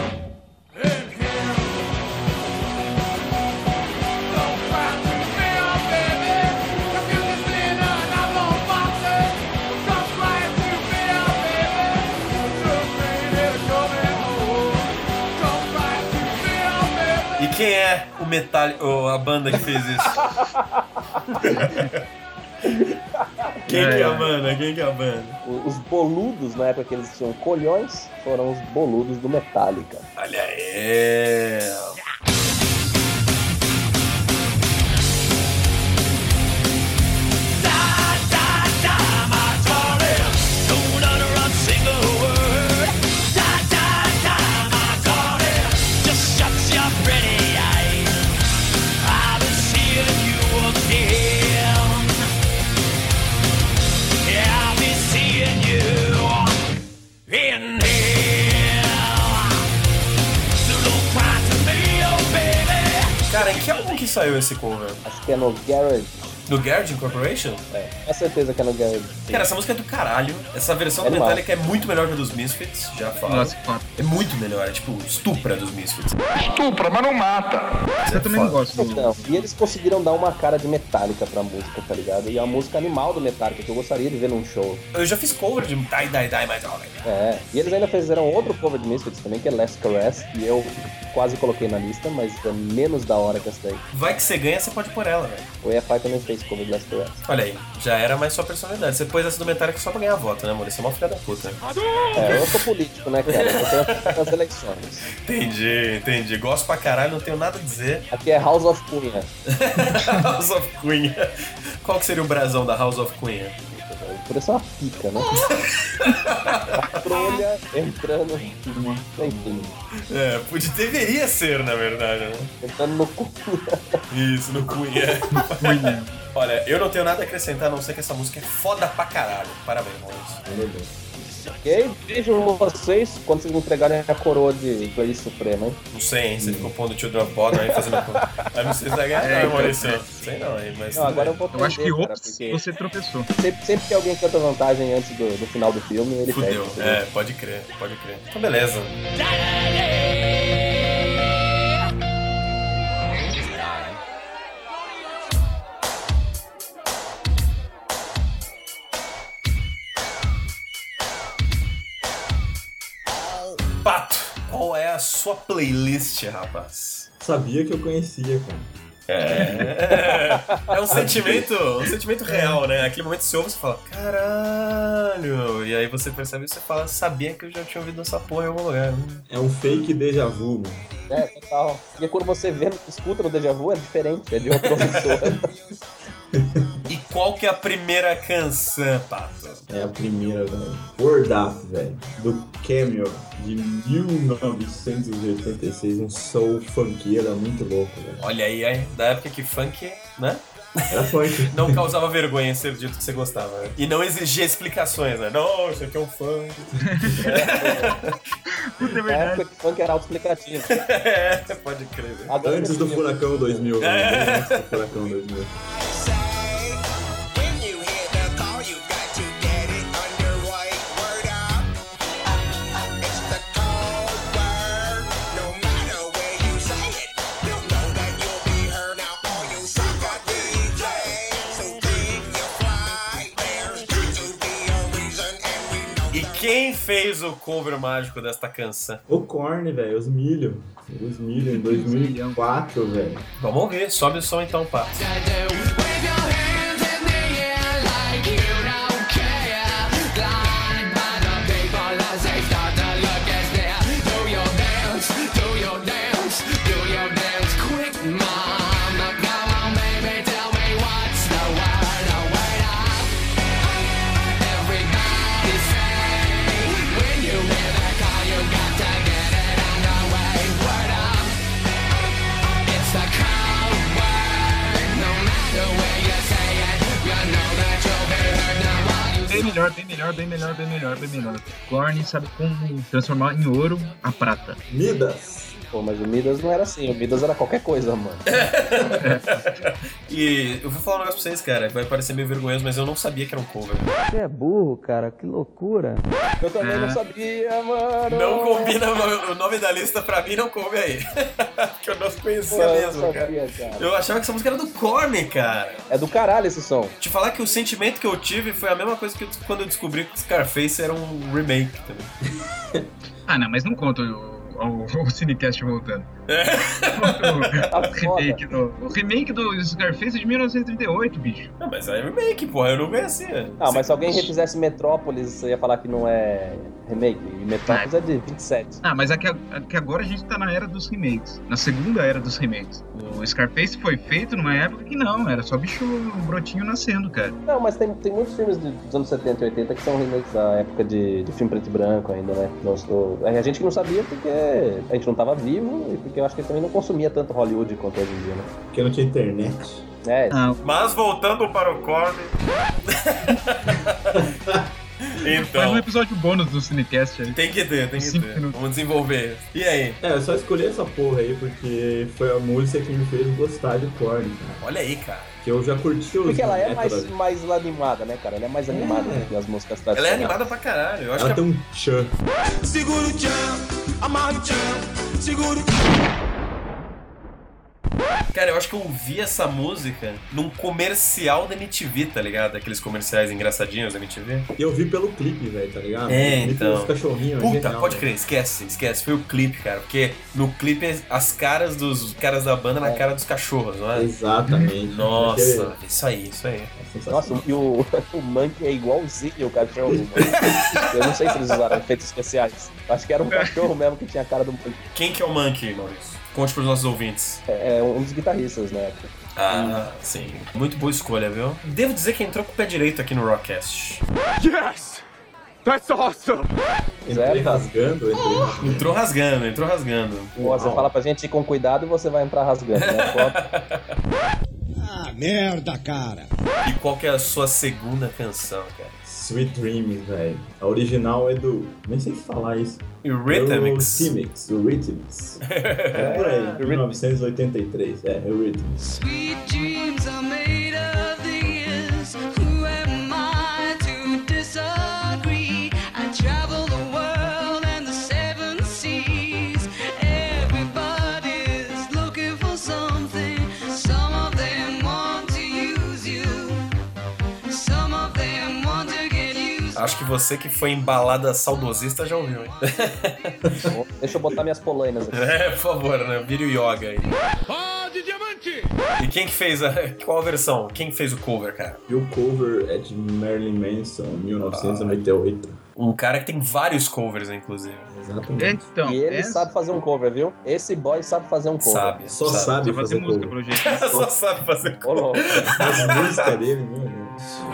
Quem é o a banda que fez isso? Quem que é a banda? Quem que é a banda? Os boludos, na época que eles tinham colhões, foram os boludos do Metallica. Olha aí! Cara, em que álbum que saiu esse cover? Acho que é no Garage. No Garage Incorporation? É, com certeza que é no Garage. Cara, essa música é do caralho. Essa versão do Metallica é muito melhor que a dos Misfits, já falo. Nossa, é muito melhor, é tipo estupra dos Misfits. Estupra, mas não mata. Eu também não gosto. Não, e eles conseguiram dar uma cara de Metallica pra música, tá ligado? E é uma música animal do Metallica, que eu gostaria de ver num show. Eu já fiz cover de Die, Die, Die, My Darling. É, e eles ainda fizeram outro cover de Misfits também, que é Last Caress, e eu quase coloquei na lista, mas é menos da hora que essa daí. Vai que você ganha, você pode pôr ela, velho. O EFI também fez cover de Last Caress. Olha aí, já era mais sua personalidade. Você pôs essa do Metallica só pra ganhar voto, né, amor? Você é uma filha da puta. É, eu sou político, né, cara? Eu tenho nas eleições. Entendi. Gosto pra caralho, não tenho nada a dizer. Aqui é House of Cunha. House of Cunha. Qual que seria o brasão da House of Cunha? Por isso é uma pica, né? A trolha entrando. Enfim. É, deveria ser, na verdade, né? Entrando no Cunha. Isso, no Cunha. Cunha. Olha, eu não tenho nada a acrescentar, a não ser que essa música é foda pra caralho. Parabéns, Maurício. Ok, beijo vocês quando vocês me entregarem a coroa de Rei Suprema, hein? Não sei, hein? Você ficou pondo Children of Bodom aí fazendo... Aí não sei se vai ganhar, não, Maurício. Sei não, hein? Mas não, agora eu vou eu acho que cara, você tropeçou. Sempre que alguém canta vantagem antes do final do filme, ele fudeu. perde. É, pode crer. Então, beleza. Pato, qual é a sua playlist, rapaz? Sabia que eu conhecia, cara. É um sentimento real, né? Aquele momento que você ouve, você fala, caralho. E aí você percebe e você fala, sabia que eu já tinha ouvido essa porra em algum lugar. É um fake déjà vu, mano. É, total. E quando você escuta no déjà vu, é diferente, é de outra pessoa. E qual que é a primeira canção, Pato? É a primeira, velho. Word Up, velho. Do Cameo, de 1986. Um soul funkeiro muito louco, velho. Olha aí, da época que funk, né? Era funk. Não causava vergonha ser dito que você gostava, né? E não exigia explicações, né? Não, isso aqui é um funk. Puta, é verdade. Na época que funk era autoexplicativo. É, pode crer. Antes do Furacão 2000, velho. Antes do Furacão 2000. Quem fez o cover mágico desta canção? O Korn, velho, os Milho. Os Milho em 2004, velho. Vamos ouvir, sobe o som então, pá. Bem melhor. Korn sabe como transformar em ouro a prata. Midas. Pô, mas o Midas não era assim, o Midas era qualquer coisa, mano. E eu vou falar um negócio pra vocês, cara, vai parecer meio vergonhoso, mas eu não sabia que era um cover. Você é burro, cara, que loucura. Eu também não sabia, mano. Não combina, o nome da lista pra mim não coube aí. Porque eu não conhecia mesmo, sabia, cara. Eu achava que essa música era do Korn, cara. É do caralho esse som. Te falar que o sentimento que eu tive foi a mesma coisa que quando eu descobri que Scarface era um remake também. Ah, não, mas não conta o Cinecast voltando. O remake do Scarface é de 1938, bicho. Não, mas é remake, porra, eu não conhecia. Ah, mas se alguém refizesse Metrópolis, você ia falar que não é remake. E Metrópolis é de 27. Ah, mas é que agora a gente tá na era dos remakes. Na segunda era dos remakes. O Scarface foi feito numa época que não, era só bicho brotinho nascendo, cara. Não, mas tem muitos filmes dos anos 70 e 80 que são remakes da época de filme preto e branco ainda, né? A gente que não sabia porque a gente não tava vivo e porque eu acho que também não consumia tanto Hollywood quanto hoje em dia, né? Porque não tinha internet. É. Mas voltando para o Korn... Então, faz um episódio bônus do Cinecast aí. Tem que ter. Vamos desenvolver. E aí? Eu só escolhi essa porra aí porque foi a música que me fez gostar de Korn, cara. Olha aí, cara. Que eu já curti os... Porque ela é mais animada, né, cara? Ela é mais animada do que as músicas tradicionais. Ela é animada pra caralho. Eu acho ela que tem um tchan. Segura o tchan, amarra o tchan, segura o Cara, eu acho que eu ouvi essa música num comercial da MTV, tá ligado? Aqueles comerciais engraçadinhos da MTV. E eu vi pelo clipe, velho, tá ligado? Então. Os cachorrinhos. Puta, genial, pode véio. crer, esquece. Foi o clipe, cara. Porque no clipe as caras dos caras da banda na cara dos cachorros, não é? Exatamente. Nossa, isso aí. Nossa, e o Monkey é igualzinho o cachorro. Eu não sei se eles usaram efeitos especiais. Acho que era um cachorro mesmo que tinha a cara do Monkey. Quem que é o Monkey, Maurício? Conte pros nossos ouvintes. É um dos guitarristas, né? Ah, sim. Muito boa escolha, viu? Devo dizer que entrou com o pé direito aqui no Rockcast. Yes! That's awesome! Entrei rasgando. Entrou rasgando. Pô, você fala pra gente ir com cuidado e você vai entrar rasgando, né? Ah, merda, cara! E qual que é a sua segunda canção, cara? Sweet Dreams, velho. A original é do... Nem sei se falar isso. Eurythmics. O Eurythmics. É por aí, 1983. Eurythmics. Sweet dreams are made of these. Who am I to disagree? I travel the world and the seven seas. Everybody's looking for something. Some of them want to use you. Some of them want to get used. Acho que você que foi embalada saudosista já ouviu, hein? Deixa eu botar minhas polainas aqui. Por favor, né? Vire o yoga aí. De diamante! E quem que fez qual a versão? Quem fez o cover, cara? E o cover é de Marilyn Manson, 1998. Um cara que tem vários covers, inclusive. Exatamente. Então, E ele sabe fazer um cover, viu? Esse boy sabe fazer um cover. Só sabe fazer música, cover. pelo jeito. Só sabe fazer cover. As músicas dele, meu Deus.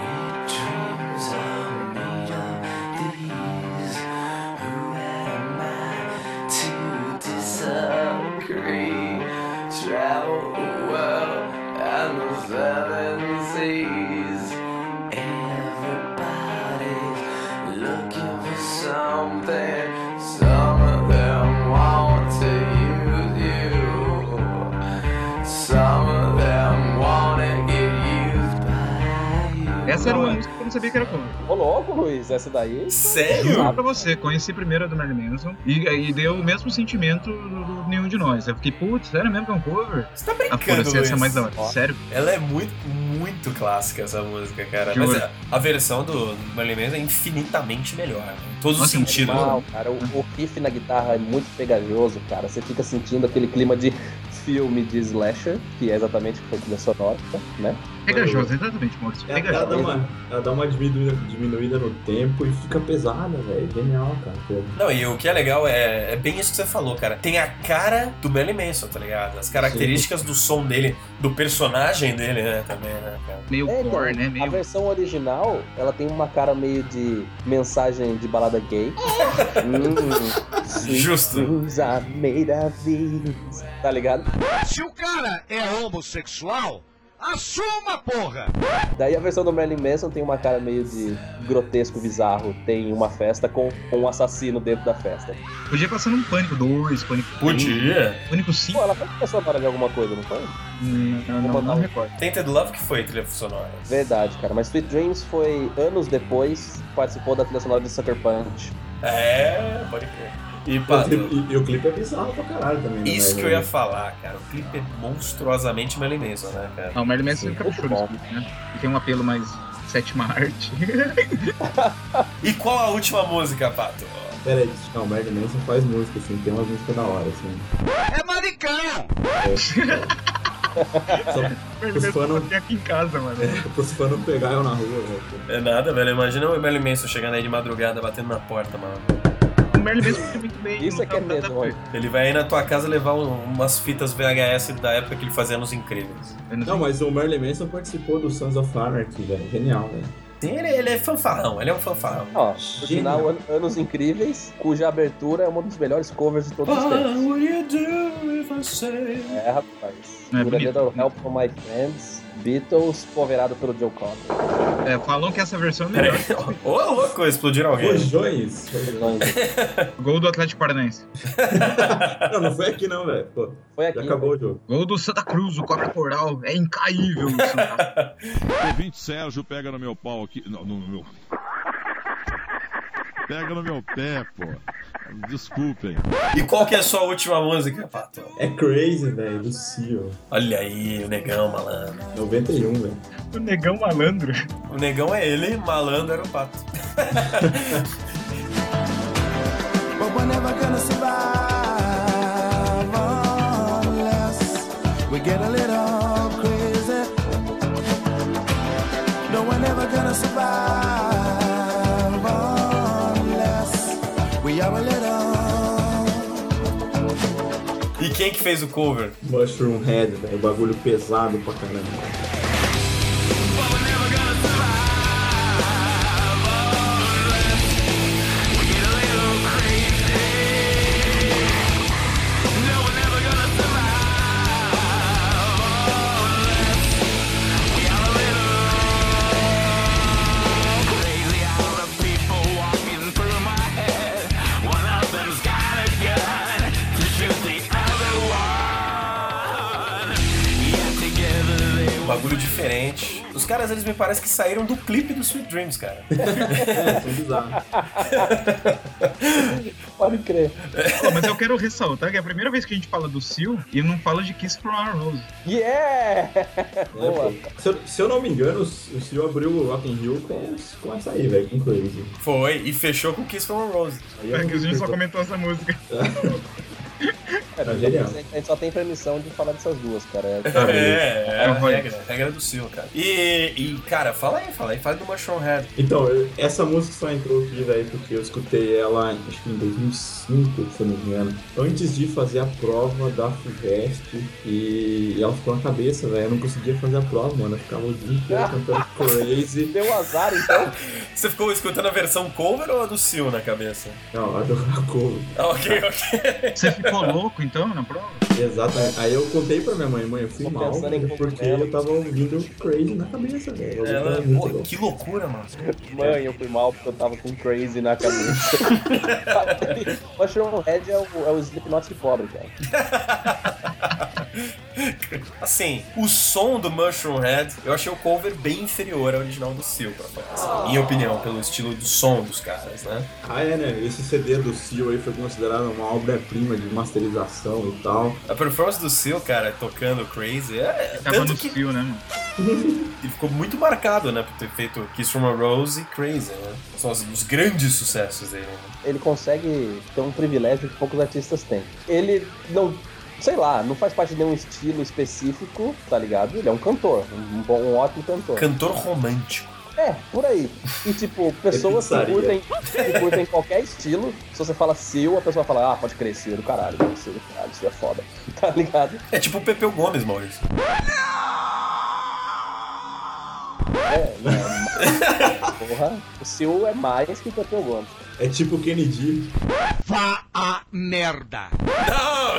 Travel the world and the seven seas. Everybody's looking for something. Some of them want to use you. Some of them want to get used by you. Essa era uma música que eu não sabia que era cover. Ô louco, Luiz, essa daí... Sério? Juro pra você, conheci primeiro a do Marilyn Manson e deu o mesmo sentimento do nenhum de nós. Eu fiquei, putz, sério mesmo que é um cover? Você tá Ah, brincando, foda-se, essa é mais da hora. Ó. Sério? Ela é muito clássica, essa música, cara. Juro. Mas a versão do Marilyn Manson é infinitamente melhor, né? Em todos os Nossa, sentidos. Animal, cara, o riff na guitarra é muito pegajoso, cara. Você fica sentindo aquele clima de filme de slasher, que é exatamente o que foi trilha sonora, né? Pegajosa, exatamente, Maurício. Ela dá uma diminuída no tempo e fica pesada, velho. Genial, cara. Pô. Não, e o que é legal é bem isso que você falou, cara. Tem a cara do Marilyn Manson, tá ligado? As características do som dele, do personagem dele, né, também, né, cara? Meio core, né? A Meio... versão original, ela tem uma cara meio de mensagem de balada gay. Justo. Dreams are made of these. Tá ligado? Se o cara é homossexual, assuma, porra! Daí a versão do Marilyn Manson tem uma cara meio de grotesco, bizarro. Tem uma festa com um assassino dentro da festa. Podia passar num Pânico 2, Pânico 3, Podia. Pânico 5. Pô, ela foi trilha sonora de alguma coisa, não foi? Não recordo. Tainted Love que foi trilha sonora. Verdade, cara. Mas Sweet Dreams foi anos depois, participou da trilha sonora de Sucker Punch. É, pode crer. E, Pato, E o clipe é bizarro pra caralho também, né? isso velho? que eu ia falar, cara. O clipe é monstruosamente Marilyn Manson, né, cara? Não, o Marilyn Manson Sim, caprichou muito nesse clipe, né? E tem um apelo mais sétima arte. E qual a última música, Pato? Pera aí, não, o Marilyn Manson faz música, assim, tem umas músicas da hora, assim. É maricão! Os fãs não... aqui em casa, mano. Pros fãs não pegar eu na rua, velho. É nada, velho. Imagina o Marilyn Manson chegando aí de madrugada, batendo na porta, mano. O Marilyn Manson foi muito bem. Isso é que é medo, olha. Ele vai aí na tua casa levar umas fitas VHS da época que ele fazia nos Incríveis. Não, mas o Marilyn Manson participou do Sons of Anarchy, velho. Genial, velho. Ele é fanfarrão, ele é um fanfarrão. Ó, no final, Anos Incríveis, cuja abertura é uma dos melhores covers de todos os tempos. É, rapaz. With a Little Help from My Friends, Beatles, coverado pelo Joe Cocker. É, falam que essa versão é melhor. Ô, louco, explodiram alguém. Rojões. Gol do Atlético Paranaense. Não foi aqui não, velho. Foi aqui. Já acabou o jogo. Gol do Santa Cruz, o Cobra Coral. É incaível isso. O ouvinte Sérgio pega no meu pau aqui. Não, no meu... Pega no meu pé, pô. Desculpem. E qual que é a sua última música, Pato? É Crazy, velho, do Seal. Olha aí, o Negão Malandro. 91, velho. O Negão Malandro. O Negão é ele, malandro era o Pato. But we're never gonna survive unless we get a little crazy. No, we're never gonna survive unless we are a little. E quem que fez o cover? Mushroom Head, velho. Bagulho pesado pra caramba. Bagulho diferente. Os caras, eles me parecem que saíram do clipe do Sweet Dreams, cara. São bizarros. Pode crer. Pô, mas eu quero ressaltar que é a primeira vez que a gente fala do Seal e não fala de Kiss from a Rose. Yeah! Boa. Se eu não me engano, o Seal abriu o Rock in Rio com essa aí, velho, com Crazy. Foi, e fechou com Kiss from a Rose. É que a gente só comentou essa música. A gente só tem permissão de falar dessas duas, cara. É a regra do Seal, cara. E cara, fala aí, fala do Mushroom Head. Então, essa música só entrou aqui, velho, porque eu escutei ela, acho que em 2005, se eu não me engano, antes de fazer a prova da FUVEST, e ela ficou na cabeça, velho, eu não conseguia fazer a prova, mano, eu ficava o dia inteiro cantando Crazy. Deu azar, então? Você ficou escutando a versão cover ou a do Seal na cabeça? Não, a do cover. Ok. Você ficou louco, então, na prova? Exatamente. Aí eu contei pra minha mãe, eu fui mal, porque eu tava ouvindo Crazy na cabeça, velho. Pô, que loucura, mano. Mãe, eu fui mal porque eu tava com Crazy na cabeça. Mushroom Head é o Slipknot de pobre, cara. Assim, o som do Mushroom Head, eu achei o cover bem inferior ao original do Seal, pra falar assim. Minha opinião, pelo estilo do som dos caras, né? Ah, é, né? Esse CD do Seal aí foi considerado uma obra-prima de masterização e tal. A performance do Seal, cara, tocando Crazy, Tava tanto no que... Seal, né, mano? Ele ficou muito marcado, né, por ter feito Kiss from a Rose e Crazy, né? São os grandes sucessos dele, né? Ele consegue ter um privilégio que poucos artistas têm. Ele não... Sei lá, não faz parte de nenhum estilo específico, tá ligado? Ele é um cantor, um ótimo cantor. Cantor romântico. É, por aí. E tipo, pessoas que curtem qualquer estilo, se você fala Seal, a pessoa fala, ah, pode crer, Seal do caralho, Seal do caralho, isso é foda. Tá ligado? É tipo o Pepeu Gomes, Maurício. Porra, o Seal é mais que o Pepeu Gomes. É tipo o Kennedy. Vá a merda! Não!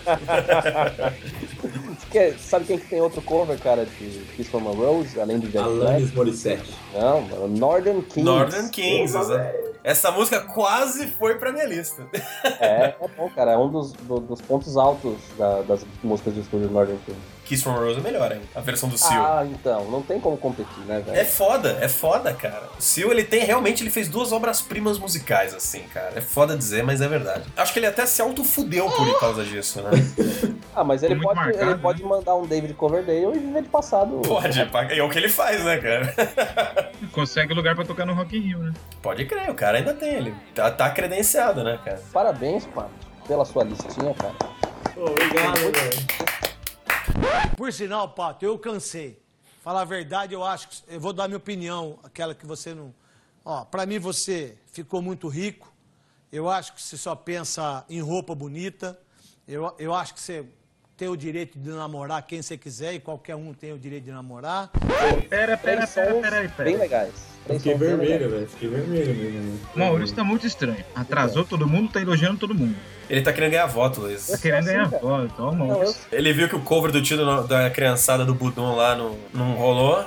Sabe quem que tem outro cover, cara, de Kiss from a Rose, além do Jack Black? Alanis Morissette. Não, mano, Northern Kings. Northern Kings, essa música quase foi pra minha lista. É bom, cara, é um dos pontos altos das músicas de estúdio do Northern Kings. Kiss from a Rose é melhor, hein? A versão do Seal. Ah, então, não tem como competir, né, velho? É foda, cara. O Seal, ele fez 2 obras-primas musicais, assim, cara. É foda dizer, mas é verdade. Acho que ele até se autofudeu por causa disso, né? Ah, mas ele Ficou muito pode, marcado, ele pode mandar um David Coverdale e viver de passado. Pode, é o que ele faz, né, cara? Consegue lugar pra tocar no Rock in Rio, né? Pode crer, o cara ainda tem, ele tá credenciado, né, cara? Parabéns, Pato, pela sua listinha, cara. Obrigado, velho. Por sinal, Pato, eu cansei. Falar a verdade, eu acho que... Eu vou dar minha opinião, aquela que você não... Ó, pra mim você ficou muito rico. Eu acho que você só pensa em roupa bonita. Eu acho que você tem o direito de namorar quem você quiser e qualquer um tem o direito de namorar. Pera aí. Bem legais. Fiquei vermelho, velho. Fiquei vermelho mesmo. Né? O Maurício tá muito estranho. Atrasou todo mundo, tá elogiando todo mundo. Ele tá querendo ganhar voto, Luiz. Tá querendo ganhar voto, ó, Maurício. Ele viu que o cover do tio da criançada do Budon lá não rolou.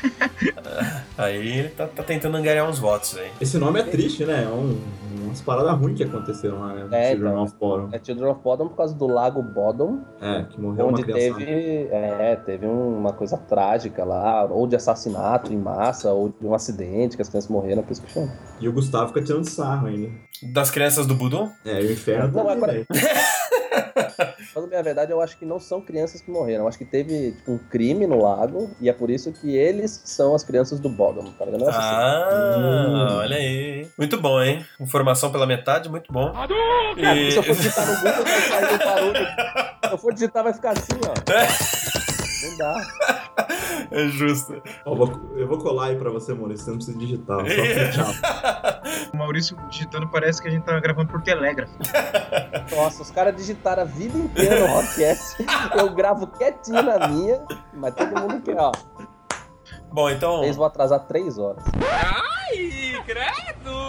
Aí ele tá tentando angariar uns votos aí. Esse nome é triste, né? É umas paradas ruins que aconteceram lá, né? Children of Bodom. É Children of Bodom por causa do Lago Bodom. Que morreu uma criança. Teve uma coisa trágica lá, ou de assassinato em massa, ou de um acidente que as crianças morreram, por isso que chama. E o Gustavo fica tirando sarro ainda. Das crianças do Budon? O inferno não, também, Falando bem a verdade, eu acho que não são crianças que morreram. Eu acho que teve um crime no lago e é por isso que eles são as crianças do Bodom, tá ligado? Olha aí. Muito bom, hein? Informação pela metade, muito bom. Se eu for digitar no Google, vai sair um barulho. Se eu for digitar, vai ficar assim, ó. Não dá. É justo. Eu vou colar aí pra você, Maurício. Você não precisa digitar. Só tchau. O Maurício digitando parece que a gente tá gravando por telégrafo. Nossa, os caras digitaram a vida inteira no Rockcast. Eu gravo quietinho na minha, mas todo mundo quer, ó. Bom, então... Eles vão atrasar 3 horas. Ai, credo!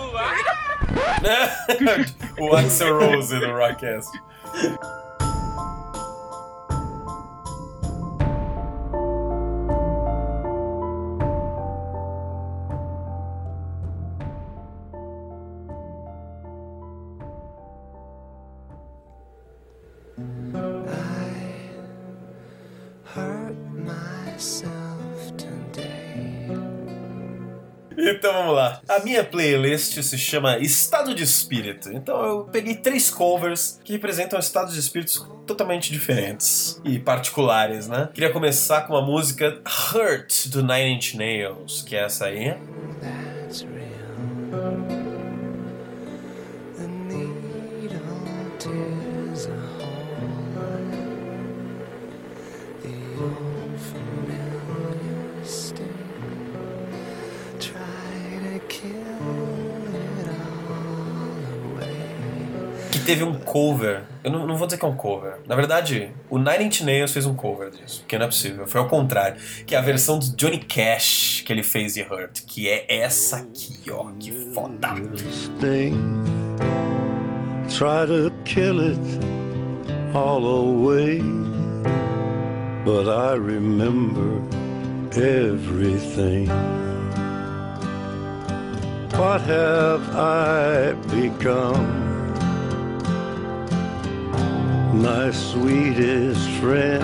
O Axl Rose no Rockcast. Então vamos lá. A minha playlist se chama Estado de Espírito. Então eu peguei 3 covers que representam estados de espíritos totalmente diferentes e particulares, né? Queria começar com a música Hurt do Nine Inch Nails, que é essa aí. Teve um cover, eu não vou dizer que é um cover. Na verdade, o Nine Inch Nails fez um cover disso, porque não é possível, foi ao contrário. Que é a versão do Johnny Cash que ele fez de Hurt, que é essa aqui, ó, que foda. Try to kill it all away, but I remember everything. What have I become? My sweetest friend,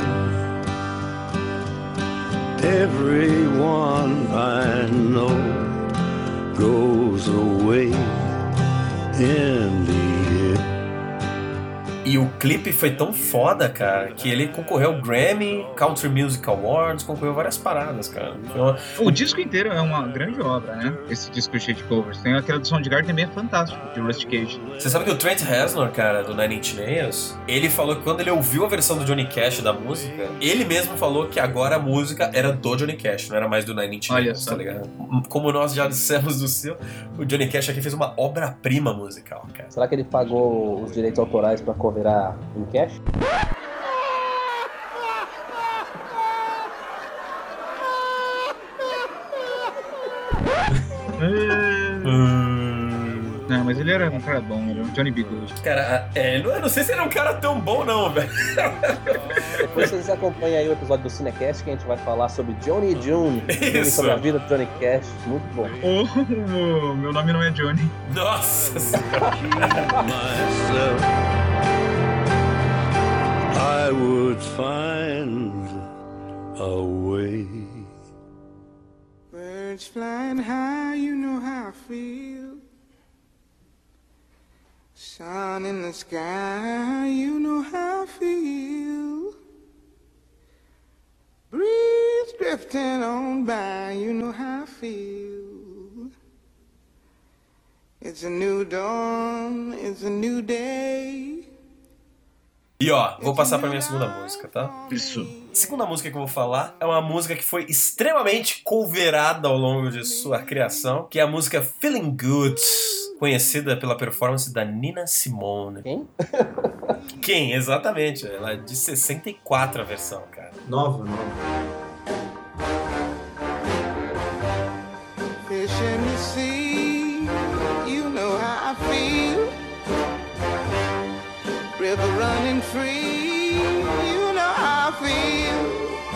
everyone I know goes away in the end. E o clipe foi tão foda, cara, que ele concorreu ao Grammy, Country Music Awards, concorreu a várias paradas, cara. O disco inteiro é uma grande obra, né? Esse disco cheio de covers. Tem aquela do Soundgarden também é fantástico, de Rusty Cage. Você sabe que o Trent Reznor, cara, do Nine Inch Nails, ele falou que quando ele ouviu a versão do Johnny Cash da música, ele mesmo falou que agora a música era do Johnny Cash, não era mais do Nine Inch Nails, tá ligado? Como nós já dissemos do seu, o Johnny Cash aqui fez uma obra-prima musical, cara. Será que ele pagou os direitos autorais pra coverar em cash? Não, mas ele era um cara bom, ele era um Johnny B. Good. Cara, eu não sei se ele é um cara tão bom não, velho. Depois vocês acompanham aí o episódio do Cinecast que a gente vai falar sobre Johnny e June. Sobre a vida do Johnny Cash, muito bom. Meu nome não é Johnny. Nossa I would find a way. Birds flying high, you know how I feel. Sun in the sky, you know how I feel. drifting on by, you know how I feel. It's a new dawn, it's a new day. E ó, vou passar pra minha segunda música, tá? Isso. A segunda música que eu vou falar é uma música que foi extremamente coverada ao longo de sua criação, que é a música Feeling Good, conhecida pela performance da Nina Simone. Quem? Quem? Exatamente. Ela é de 64 a versão, cara. Nova. Fish in the sea, you know how I feel. River running free, you know how I feel.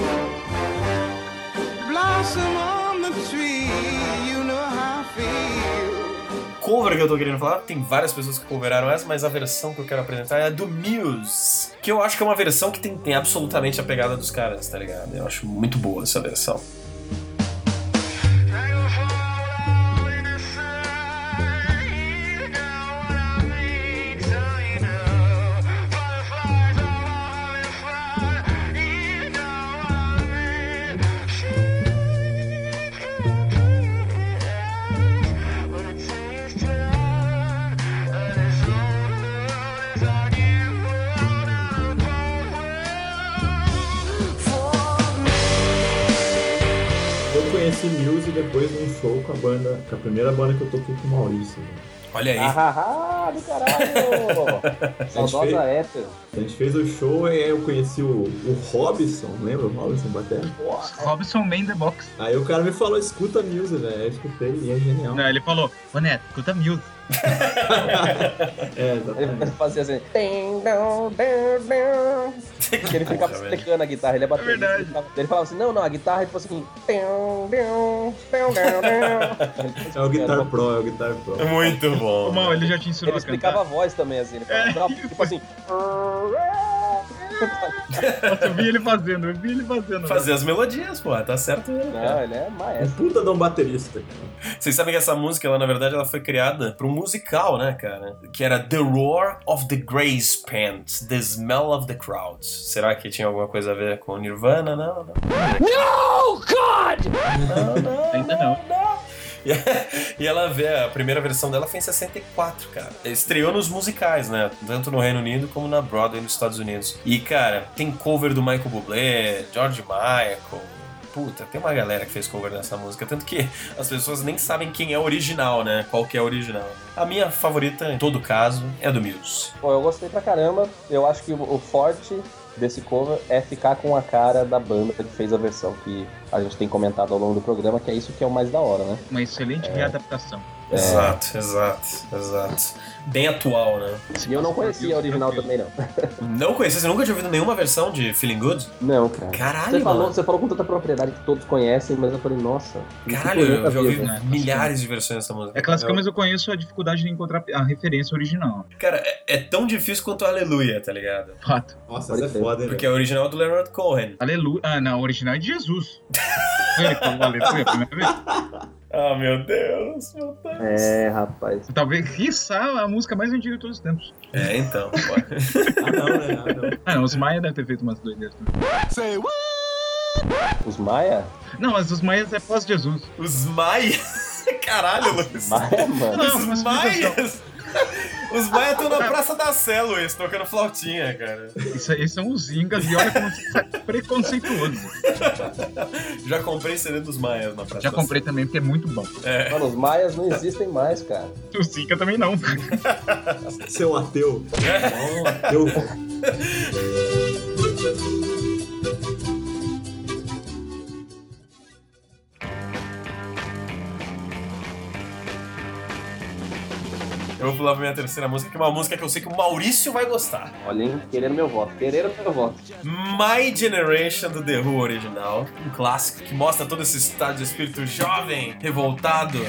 Blossom on the tree, you know how I feel. Cover que eu tô querendo falar, tem várias pessoas que coveraram essa, mas a versão que eu quero apresentar é a do Muse, que eu acho que é uma versão que tem absolutamente a pegada dos caras, tá ligado? Eu acho muito boa essa versão. Eu conheci Muse depois de um show com a primeira banda que eu toquei com o Maurício. Olha aí. Do caralho! Saudosa hétero. A gente fez o show e aí eu conheci o Robson, lembra o Robson batendo? Robson Man the Box. Aí o cara me falou, escuta Muse, velho. Eu escutei e é genial. Não, ele falou, ô Neto, escuta Muse. Ele fazia assim. Porque ele ficava explicando a guitarra, ele é baterista. É verdade. Ele falava assim, não, a guitarra, ele falou assim. É o Guitar Pro, É muito bom. Mal, ele já te ensinou Ele explicava a voz também, assim. Ele falava, tipo assim. Nossa, eu vi ele fazendo. Fazer as melodias, pô, tá certo ele. Não, ele é maestro. Puta de um baterista. Vocês sabem que essa música, ela, na verdade, ela foi criada pra um musical, né, cara? Que era The Roar of the Grace Pants, The Smell of the Crowds. Será que tinha alguma coisa a ver com Nirvana? Não. No, God! Não. Ainda não. E ela vê, a primeira versão dela foi em 64, cara. Estreou nos musicais, né? Tanto no Reino Unido como na Broadway nos Estados Unidos. E, cara, tem cover do Michael Bublé, George Michael. Puta, tem uma galera que fez cover dessa música. Tanto que as pessoas nem sabem quem é o original, né? Qual que é o original. A minha favorita, em todo caso, é a do Muse. Pô, eu gostei pra caramba. Eu acho que o forte desse cover é ficar com a cara da banda que fez a versão que a gente tem comentado ao longo do programa, que é isso que é o mais da hora, né? Uma excelente readaptação. Exato. Bem atual, né? E eu não conhecia a original também, não. Não conhecia? Você nunca tinha ouvido nenhuma versão de Feeling Good? Não, cara. Caralho, você falou com tanta propriedade que todos conhecem, mas eu falei, nossa. Caralho, eu já ouvi milhares de versões dessa música. É clássica, mas eu conheço a dificuldade de encontrar a referência original. Cara, é tão difícil quanto Aleluia, tá ligado? Fato. Nossa, essa é foda, hein? Porque a original é do Leonard Cohen. Aleluia. Ah, não, a original é de Jesus. Ele falou Aleluia a primeira vez. Ah, meu Deus. É, rapaz. Talvez, quiçá, a música mais antiga de todos os tempos. É, então. Não, os Maia devem ter feito umas doideiras também. Say what? Os Maia? Não, mas os Maias é pós-Jesus. Os Maia? Caralho, Luiz. Maia, mano. Os Maias? Os Maia estão na Praça da Sé, Luiz, tocando flautinha, cara. Isso aí são os Ingas e olha como você é preconceituoso. Já comprei CD dos Maias na Praça Já comprei também, porque é muito bom. É. Mano, os Maias não existem mais, cara. Os Inca também não. Seu ateu. Ateu. Eu vou pular pra minha terceira música, que é uma música que eu sei que o Maurício vai gostar. Olha, hein? Querendo meu voto. My Generation, do The Who original. Um clássico que mostra todo esse estado de espírito jovem, revoltado.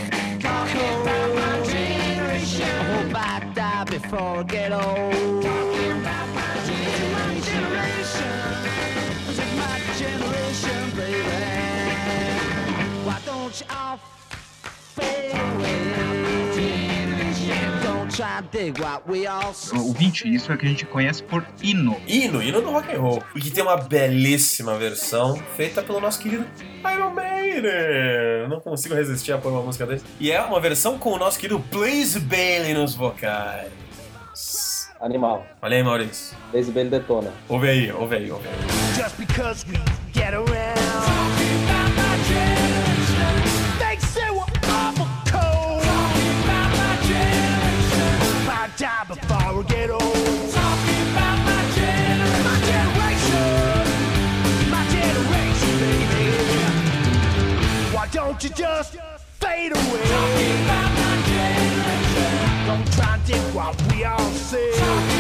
Ouvinte, isso é que a gente conhece por hino. Hino do rock and roll. E que tem uma belíssima versão feita pelo nosso querido Iron Maiden. Não consigo resistir a pôr uma música dele. E é uma versão com o nosso querido Blaze Bayley nos vocais. Animal. Olha aí, Maurício. Blaze Bayley detona. Ouve aí. Just because we get around. They say we're awful cold. If I die before we get old. My generation, baby. Why don't you just fade away? Don't try and dig what we all say.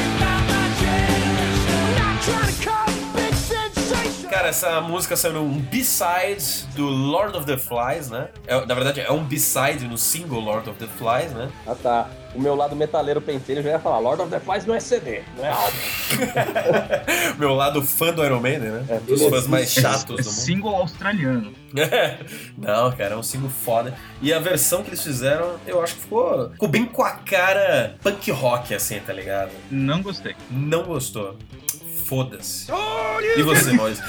I'm not trying to cause big sensation. Cara, essa música saiu num B-side do Lord of the Flies, né? Na verdade, é um B-side no single Lord of the Flies, né? Ah, tá. O meu lado metaleiro pentelho já ia falar, Lord of the Flies não é CD, não é álbum. Meu lado fã do Iron Maiden, né? Dos fãs mais chatos do mundo. Single australiano. Não, cara, é um single foda. E a versão que eles fizeram, eu acho que ficou bem com a cara punk rock, assim, tá ligado? Não gostei. Não gostou. Foda-se. E você, Maurício?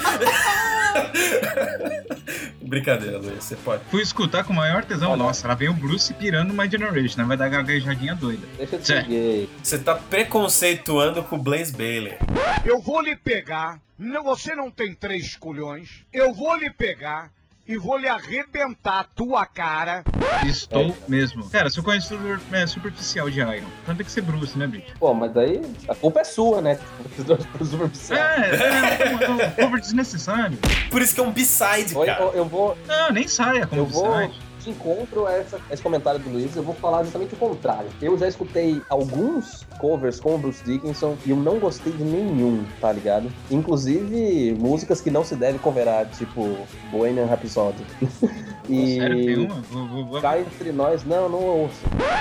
Brincadeira, Luiz, você pode. Fui escutar com o maior tesão. Nossa, lá vem o Bruce pirando My Generation, né? Vai dar gaguejadinha doida. Deixa eu seguir. Você tá preconceituando com o Blaze Bayley. Eu vou lhe pegar, você não tem 3 culhões, eu vou lhe pegar e vou lhe arrebentar a tua cara. Estou mesmo. Cara, seu conhecedor é superficial de Iron. Então tem que ser Bruce, né, Brito? Pô, mas daí a culpa é sua, né? Superficial. É um cover desnecessário. Por isso que é um B-side, cara. Eu vou... Não, nem saia como B-side. De encontro a esse comentário do Luiz, eu vou falar justamente o contrário. Eu já escutei alguns covers com o Bruce Dickinson e eu não gostei de nenhum, tá ligado? Inclusive músicas que não se deve coverar, tipo Bohemian Rhapsody. E sério, tem uma? Vou... Cá entre nós, não ouço.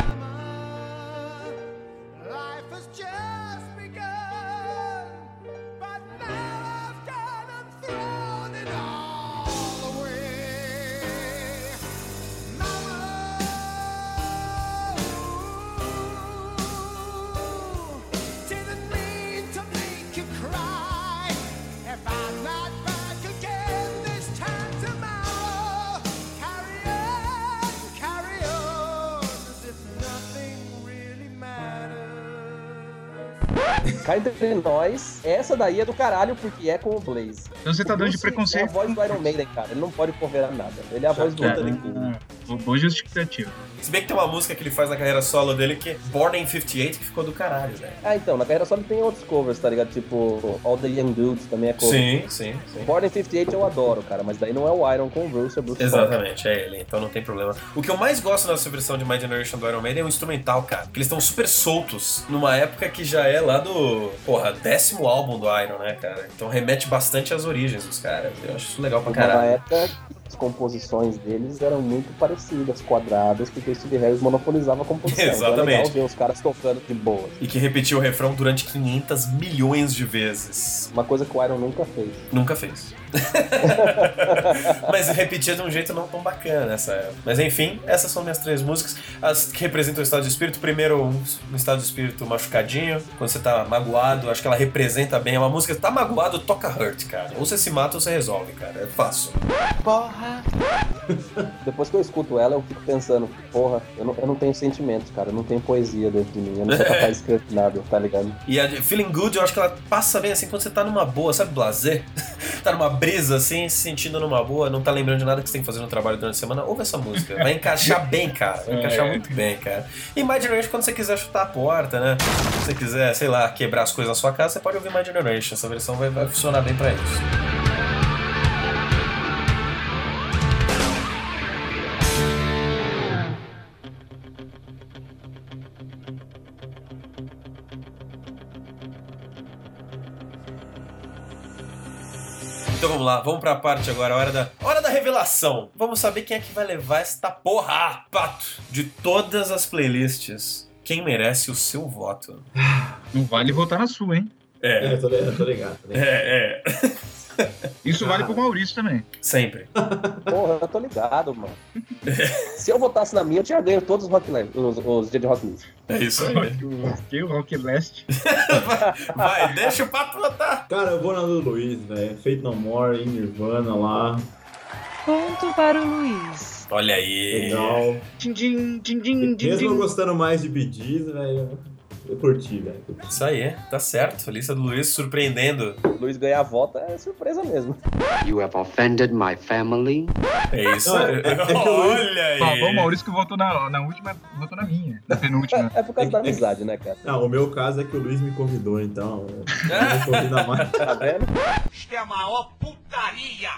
Cá entre nós, essa daí é do caralho porque é com o Blaze. Então você tá dando de preconceito. É a voz do Iron Maiden, cara. Ele não pode coverar nada. Ele é a voz do Boa justificativa. Se bem que tem uma música que ele faz na carreira solo dele que é Born in 58, que ficou do caralho, velho. Ah, então, na carreira solo tem outros covers, tá ligado? Tipo, All the Young Dudes também é cover. Sim. Born in 58 eu adoro, cara, mas daí não é o Iron com o Bruce, é o Bruce. Exatamente, é ele, então não tem problema. O que eu mais gosto nessa versão de My Generation do Iron Maiden é o instrumental, cara. Porque eles estão super soltos numa época que já é lá do, 10º álbum do Iron, né, cara? Então remete bastante às origens dos caras. Eu acho isso legal pra caralho. Na época, as composições deles eram muito parecidas, quadradas, porque o Steve Harris monopolizava a composição. Exatamente. Então é legal ver os caras tocando de boa. E que repetiu o refrão durante 500 milhões de vezes. Uma coisa que o Iron nunca fez. Nunca fez. Mas repetia de um jeito não tão bacana nessa época. Mas enfim, essas são minhas 3 músicas. As que representam o estado de espírito. Primeiro, um estado de espírito machucadinho. Quando você tá magoado, acho que ela representa bem. É uma música que tá magoado, toca Hurt, cara. Ou você se mata ou você resolve, cara. É fácil. Porra! Depois que eu escuto ela, eu fico pensando, porra, eu não tenho sentimentos, cara. Eu não tenho poesia dentro de mim. Eu não sou capaz de escrever nada, tá ligado? E a Feeling Good, eu acho que ela passa bem assim quando você tá numa boa, sabe, blazer? Tá numa brisa assim, se sentindo numa boa, não tá lembrando de nada que você tem que fazer no trabalho durante a semana, ouve essa música. Vai encaixar bem, cara. Vai encaixar muito bem, cara. E My Generation, quando você quiser chutar a porta, né? Se você quiser, sei lá, quebrar as coisas na sua casa, você pode ouvir My Generation. Essa versão vai funcionar bem pra isso. Então vamos lá, vamos pra parte agora, hora da revelação. Vamos saber quem é que vai levar esta porra, pato, de todas as playlists. Quem merece o seu voto? Não vale votar na sua, hein? Eu tô ligado. Isso vale pro Maurício também. Sempre. Porra, eu tô ligado, mano. Se eu votasse na minha, eu tinha ganho todos os dias de Rock List. É isso aí. Que o Rock Last. Vai, deixa o Pato votar. Cara, eu vou na do Luiz, velho. Fate No More, Nirvana lá. Ponto para o Luiz. Olha aí. Legal. Din, din. Mesmo eu gostando mais de Bee Gees, velho, eu curti, velho. Isso aí, tá certo. A lista do Luiz surpreendendo. O Luiz ganhar a volta é surpresa mesmo. You have offended my family. É isso aí. Olha aí. O Maurício que votou na última, votou na minha. Na penúltima. É por causa da amizade, né, cara? Não, o meu caso é que o Luiz me convidou, então. Não me convida mais. Tá vendo? Isto é a maior putaria!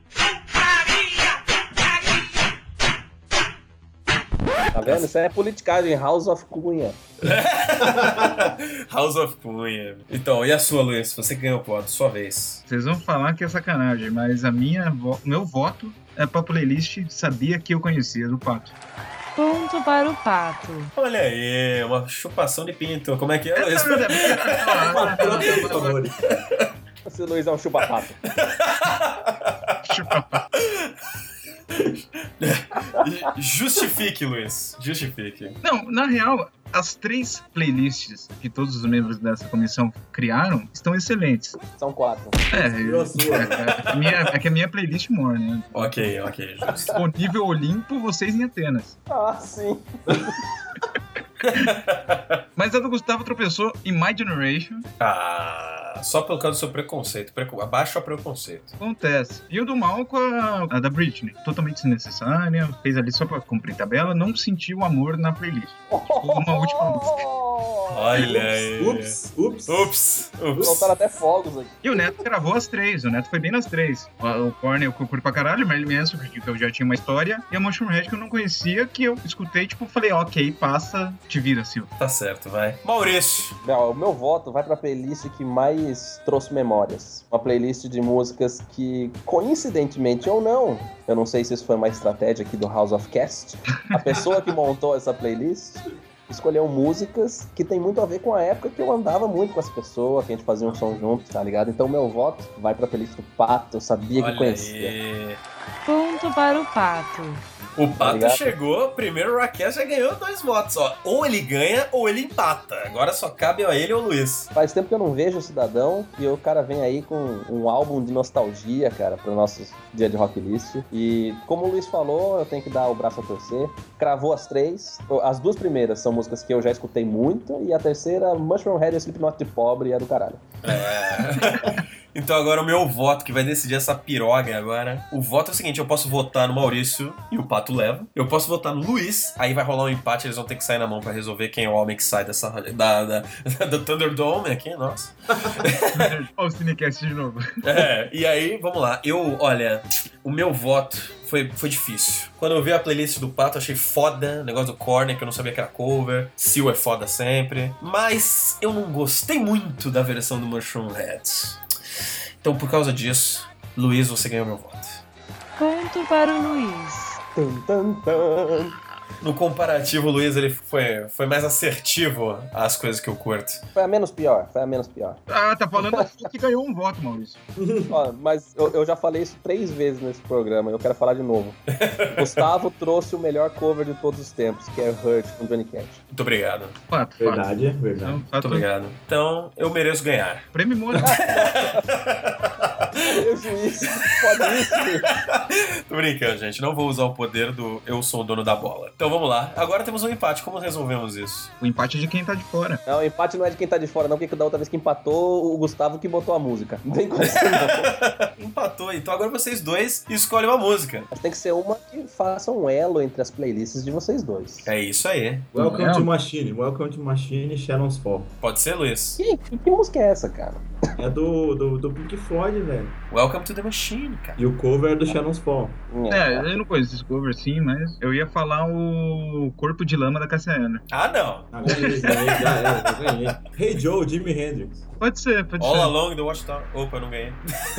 Tá vendo? Isso aí é politicagem, House of Cunha. House of Cunha. Então, e a sua, Luiz? Você que ganhou o voto, sua vez. Vocês vão falar que é sacanagem, mas meu voto é pra playlist Sabia Que Eu Conhecia, do Pato. Ponto para o Pato. Olha aí, uma chupação de pinto. Como é que é, Luiz? Esse Luiz é um chupa-pato. Chupa-pato. Justifique, Luiz. Justifique. Não, na real, as 3 playlists que todos os membros dessa comissão criaram estão excelentes. São 4. É que a minha playlist more, né? Ok, justo. Disponível Olimpo, vocês em Atenas. Ah, sim. Mas a do Gustavo tropeçou em My Generation. Ah, só pelo causa do seu preconceito. Abaixa o preconceito. Acontece. E o do mal com a da Britney. Totalmente desnecessária. Fez ali só pra cumprir tabela. Não sentiu o amor na playlist. Uma última música. Olha aí. Ups. Soltaram até fogos aqui. E o Neto gravou as 3. O Neto foi bem nas 3. O Korn eu curto pra caralho. Marilyn Manson, que eu já tinha uma história. E a Mushroomhead que eu não conhecia. Que eu escutei, tipo, falei, ok, passa, te vira, Silvio. Tá certo, vai. Maurício. Não, o meu voto vai pra playlist que mais trouxe memórias. Uma playlist de músicas que, coincidentemente ou não, eu não sei se isso foi uma estratégia aqui do House of Cast, a pessoa que montou essa playlist escolheu músicas que tem muito a ver com a época que eu andava muito com as pessoas, que a gente fazia um som junto, tá ligado? Então meu voto vai pra playlist do Pato, eu sabia que conhecia. Aí. Ponto para o Pato. O Pato chegou, primeiro Rockcast já ganhou 2 votos, ó. Ou ele ganha ou ele empata. Agora só cabe a ele ou o Luiz. Faz tempo que eu não vejo o Cidadão e o cara vem aí com um álbum de nostalgia, cara, pro nosso dia de Rock List. E como o Luiz falou, eu tenho que dar o braço a torcer. Cravou as 3. As 2 primeiras são músicas que eu já escutei muito e a terceira, Mushroomhead e Slipknot de pobre, é do caralho. Então agora o meu voto, que vai decidir essa piroga agora. O voto é o seguinte, eu posso votar no Maurício e o Pato leva. Eu posso votar no Luiz, aí vai rolar um empate, eles vão ter que sair na mão pra resolver quem é o homem que sai dessa do Thunderdome aqui, nossa. Olha o Cinecast de novo. E aí, vamos lá. Olha, o meu voto foi difícil. Quando eu vi a playlist do Pato, achei foda. O negócio do Korn, que eu não sabia que era cover. Seal é foda sempre. Mas eu não gostei muito da versão do Mushroomhead. Então, por causa disso, Luiz, você ganhou meu voto. Ponto para o Luiz. No comparativo, o Luiz ele foi mais assertivo às coisas que eu curto. Foi a menos pior. Ah, tá falando que ganhou um voto, Maurício. Ó, mas eu já falei isso 3 vezes nesse programa, eu quero falar de novo. Gustavo trouxe o melhor cover de todos os tempos, que é Hurt, com Johnny Cash. Muito obrigado. Fato. Verdade. Muito obrigado. Então, eu mereço ganhar. Prêmio Moura. Meu juiz, pode isso. Tô brincando, gente. Não vou usar o poder do eu sou o dono da bola. Então vamos lá. Agora temos um empate. Como resolvemos isso? O empate é de quem tá de fora. Não, o empate não é de quem tá de fora, não, porque da outra vez que empatou, o Gustavo que botou a música. Não tem coisa não. Empatou. Então agora vocês dois escolhem uma música. Mas tem que ser uma que faça um elo entre as playlists de vocês dois. É isso aí. Welcome to Machine, Shannon's Fall. Pode ser, Luiz? Que música é essa, cara? É do Pink Floyd, velho. Welcome to the Machine, cara. E o cover é do Shannon's Fall. Eu não conheço esse cover, sim, mas eu ia falar o Corpo de Lama da Cassiana. Ah, não. Ganhei. Hey Joe, Jimi Hendrix. Pode ser. All Along the Watchtower. Opa, eu não ganhei.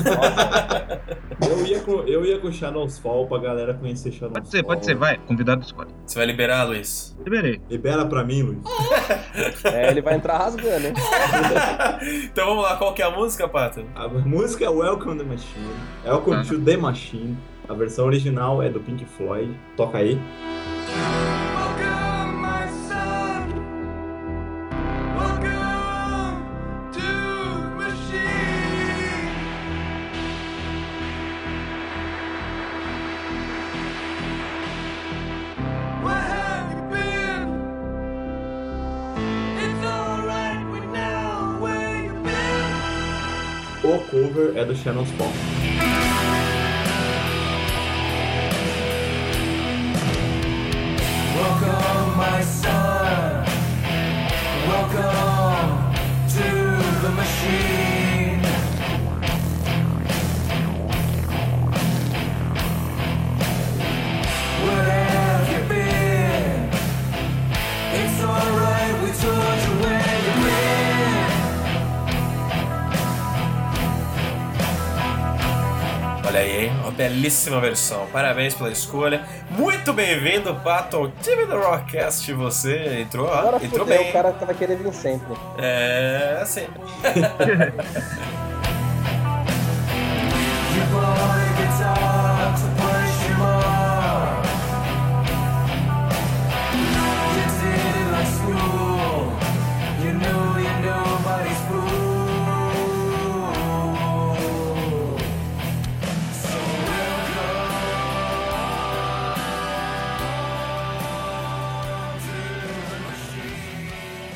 Eu ia com Shannon's Fall pra galera conhecer Shannon's Fall. Pode ser, vai. Convidado escolhe. Você vai liberar, Luiz? Liberei. Libera pra mim, Luiz. Ele vai entrar rasgando, hein? Então vamos lá, qual que é a música, Pato? A música é Welcome to the Machine. Welcome to the Machine. A versão original é do Pink Floyd. Toca aí. Welcome, my son. Welcome to the machine. Where have you been? It's alright, we know where you've been. O cover é do Shannon Spawn. Welcome, my son. Welcome to the machine. Where have you been? It's alright, we told you where you've been. Olha aí, hein? Uma belíssima versão. Parabéns pela escolha. Muito bem-vindo, Pato, ao time do Rockcast. Você entrou, ó, Agora entrou fudeu, bem. o cara vai querer vir sempre. É, assim. You bought a guitar to push him on. You did it like school. You know you're nobody's fool. So welcome to the machine.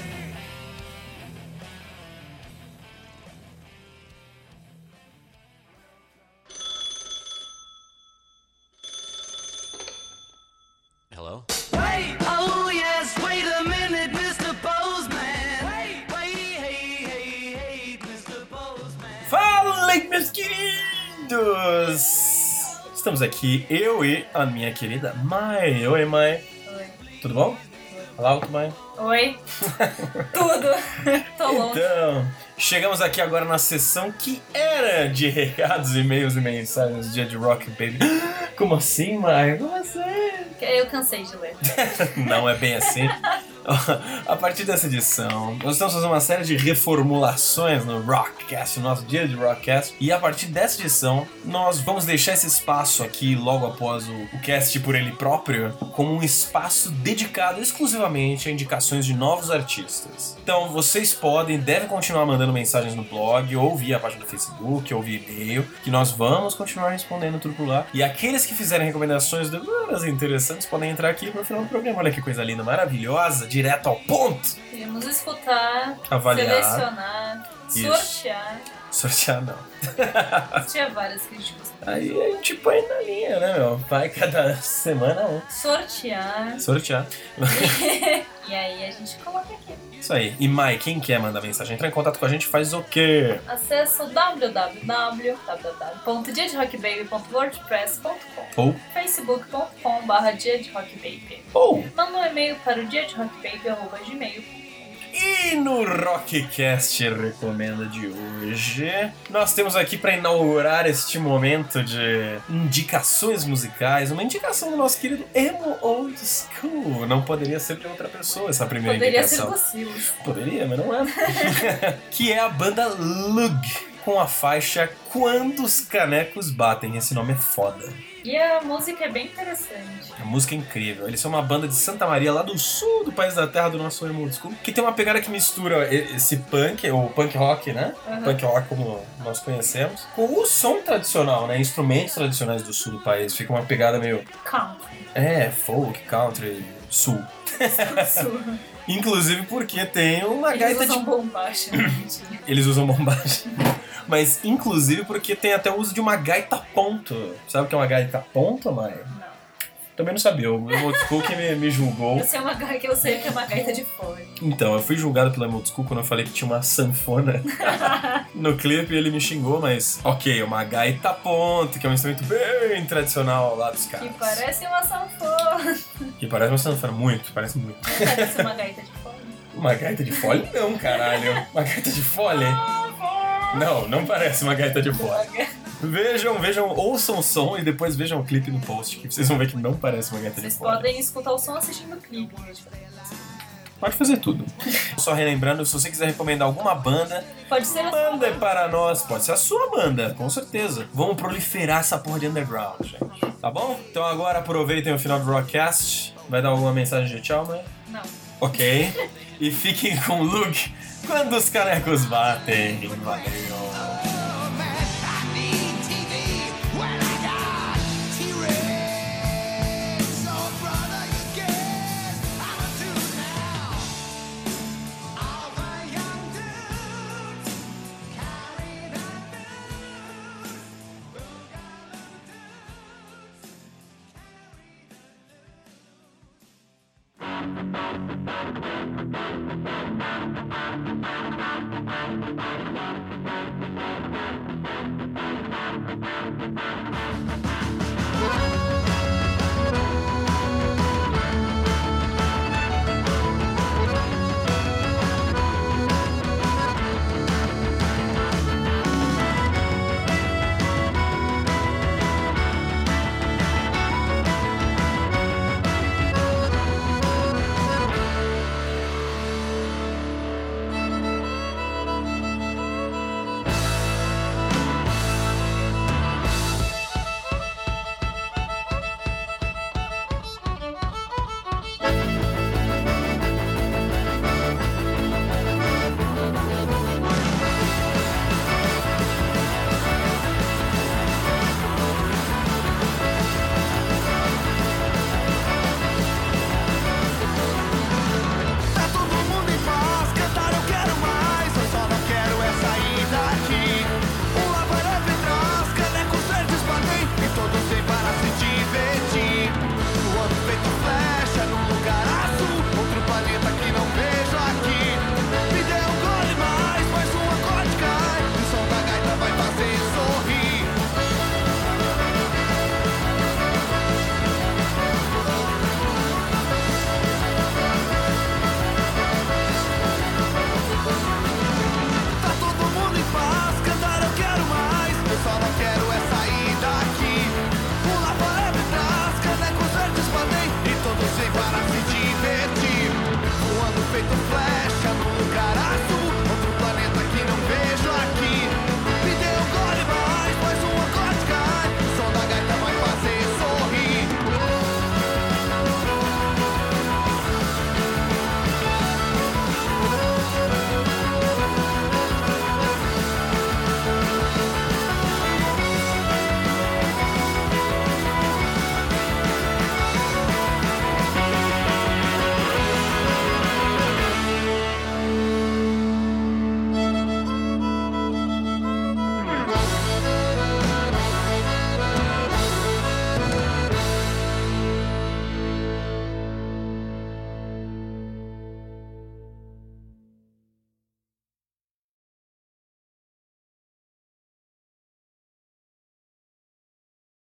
Hello? Wait, oh yes, wait a minute, Mr. Postman. Wait, hey, Mr. Postman. Falem, meus queridos! Estamos aqui, eu e a minha querida Mai. Oi, Mai. Oi. Tudo bom? Fala alto, Mai. Oi. Tudo. Tô longe. Então, chegamos aqui agora na sessão que era de recados, e-mails e mensagens, dia de Rock Baby. Como assim, Mai? Como assim? Eu cansei de ler. Não é bem assim. A partir dessa edição, nós estamos fazendo uma série de reformulações no Rockcast, no nosso dia de Rockcast. E a partir dessa edição, nós vamos deixar esse espaço aqui, logo após o cast por ele próprio, como um espaço dedicado exclusivamente a indicações de novos artistas. Então, vocês devem continuar mandando mensagens no blog, ou via a página do Facebook, ou via e-mail, que nós vamos continuar respondendo tudo por lá. E aqueles que fizerem recomendações de bandas interessantes podem entrar aqui para o final do programa. Olha que coisa linda, maravilhosa, direto ao ponto. Iremos escutar, Avaliar. selecionar, Isso. sortear. Sortear não. Tinha várias críticas. Aí a gente põe na linha, né, meu? Vai cada semana um. Sortear. Sortear. E aí a gente coloca aqui. Isso aí. E Mai, quem quer mandar mensagem, entrar em contato com a gente, faz o quê? Acesse o www.diaderockbaby.wordpress.com Ou facebook.com/diaderockbaby. Ou Manda um e-mail para o diaderockbaby@gmail.com. E no Rockcast Recomenda de hoje, nós temos aqui para inaugurar este momento de indicações musicais, uma indicação do nosso querido Emo Old School. Não poderia ser de outra pessoa essa primeira indicação. Poderia ser possível. Poderia, mas não é. Que é a banda Lug, com a faixa Quando os Canecos Batem. Esse nome é foda. E a música é bem interessante. A música é incrível. Eles são uma banda de Santa Maria, lá do sul do país da terra do nosso Emo Old School, que tem uma pegada que mistura esse punk, ou punk rock, né? Uhum. Punk rock como nós conhecemos, com o som tradicional, né? Instrumentos tradicionais do sul do país. Fica uma pegada meio... Country. Folk, country, sul. Sul. Inclusive porque tem uma gaita Eles usam de... bombacha. Eles usam bombacha. Mas inclusive porque tem até o uso de uma gaita ponto. Sabe o que é uma gaita ponto, Maia? Não. Também não sabia. O Emo Old School que me julgou. Eu sei que é uma gaita de fora. Então, eu fui julgado pelo Emo Old School quando eu falei que tinha uma sanfona no clipe e ele me xingou, mas ok, uma gaita ponto, que é um instrumento bem tradicional lá dos caras. Que parece uma sanfona. Que parece uma sanfona, parece muito. Parece uma gaita de fora. Uma gaita de fole? Não, caralho. Uma gaita de fole? Não parece uma gaita de fole. Vejam, ouçam o som e depois vejam o clipe no post, que vocês vão ver que não parece uma gaita de fole. Vocês podem escutar o som assistindo o clipe. Pode fazer tudo. Só relembrando, se você quiser recomendar alguma banda, Pode ser a manda para nós. Pode ser a sua banda, com certeza. Vamos proliferar essa porra de underground, gente. Tá bom? Então agora aproveitem o final do Rockcast. Vai dar alguma mensagem de tchau, mãe? Não. Ok. E fiquem com o Luke quando os canecos batem. Valeu.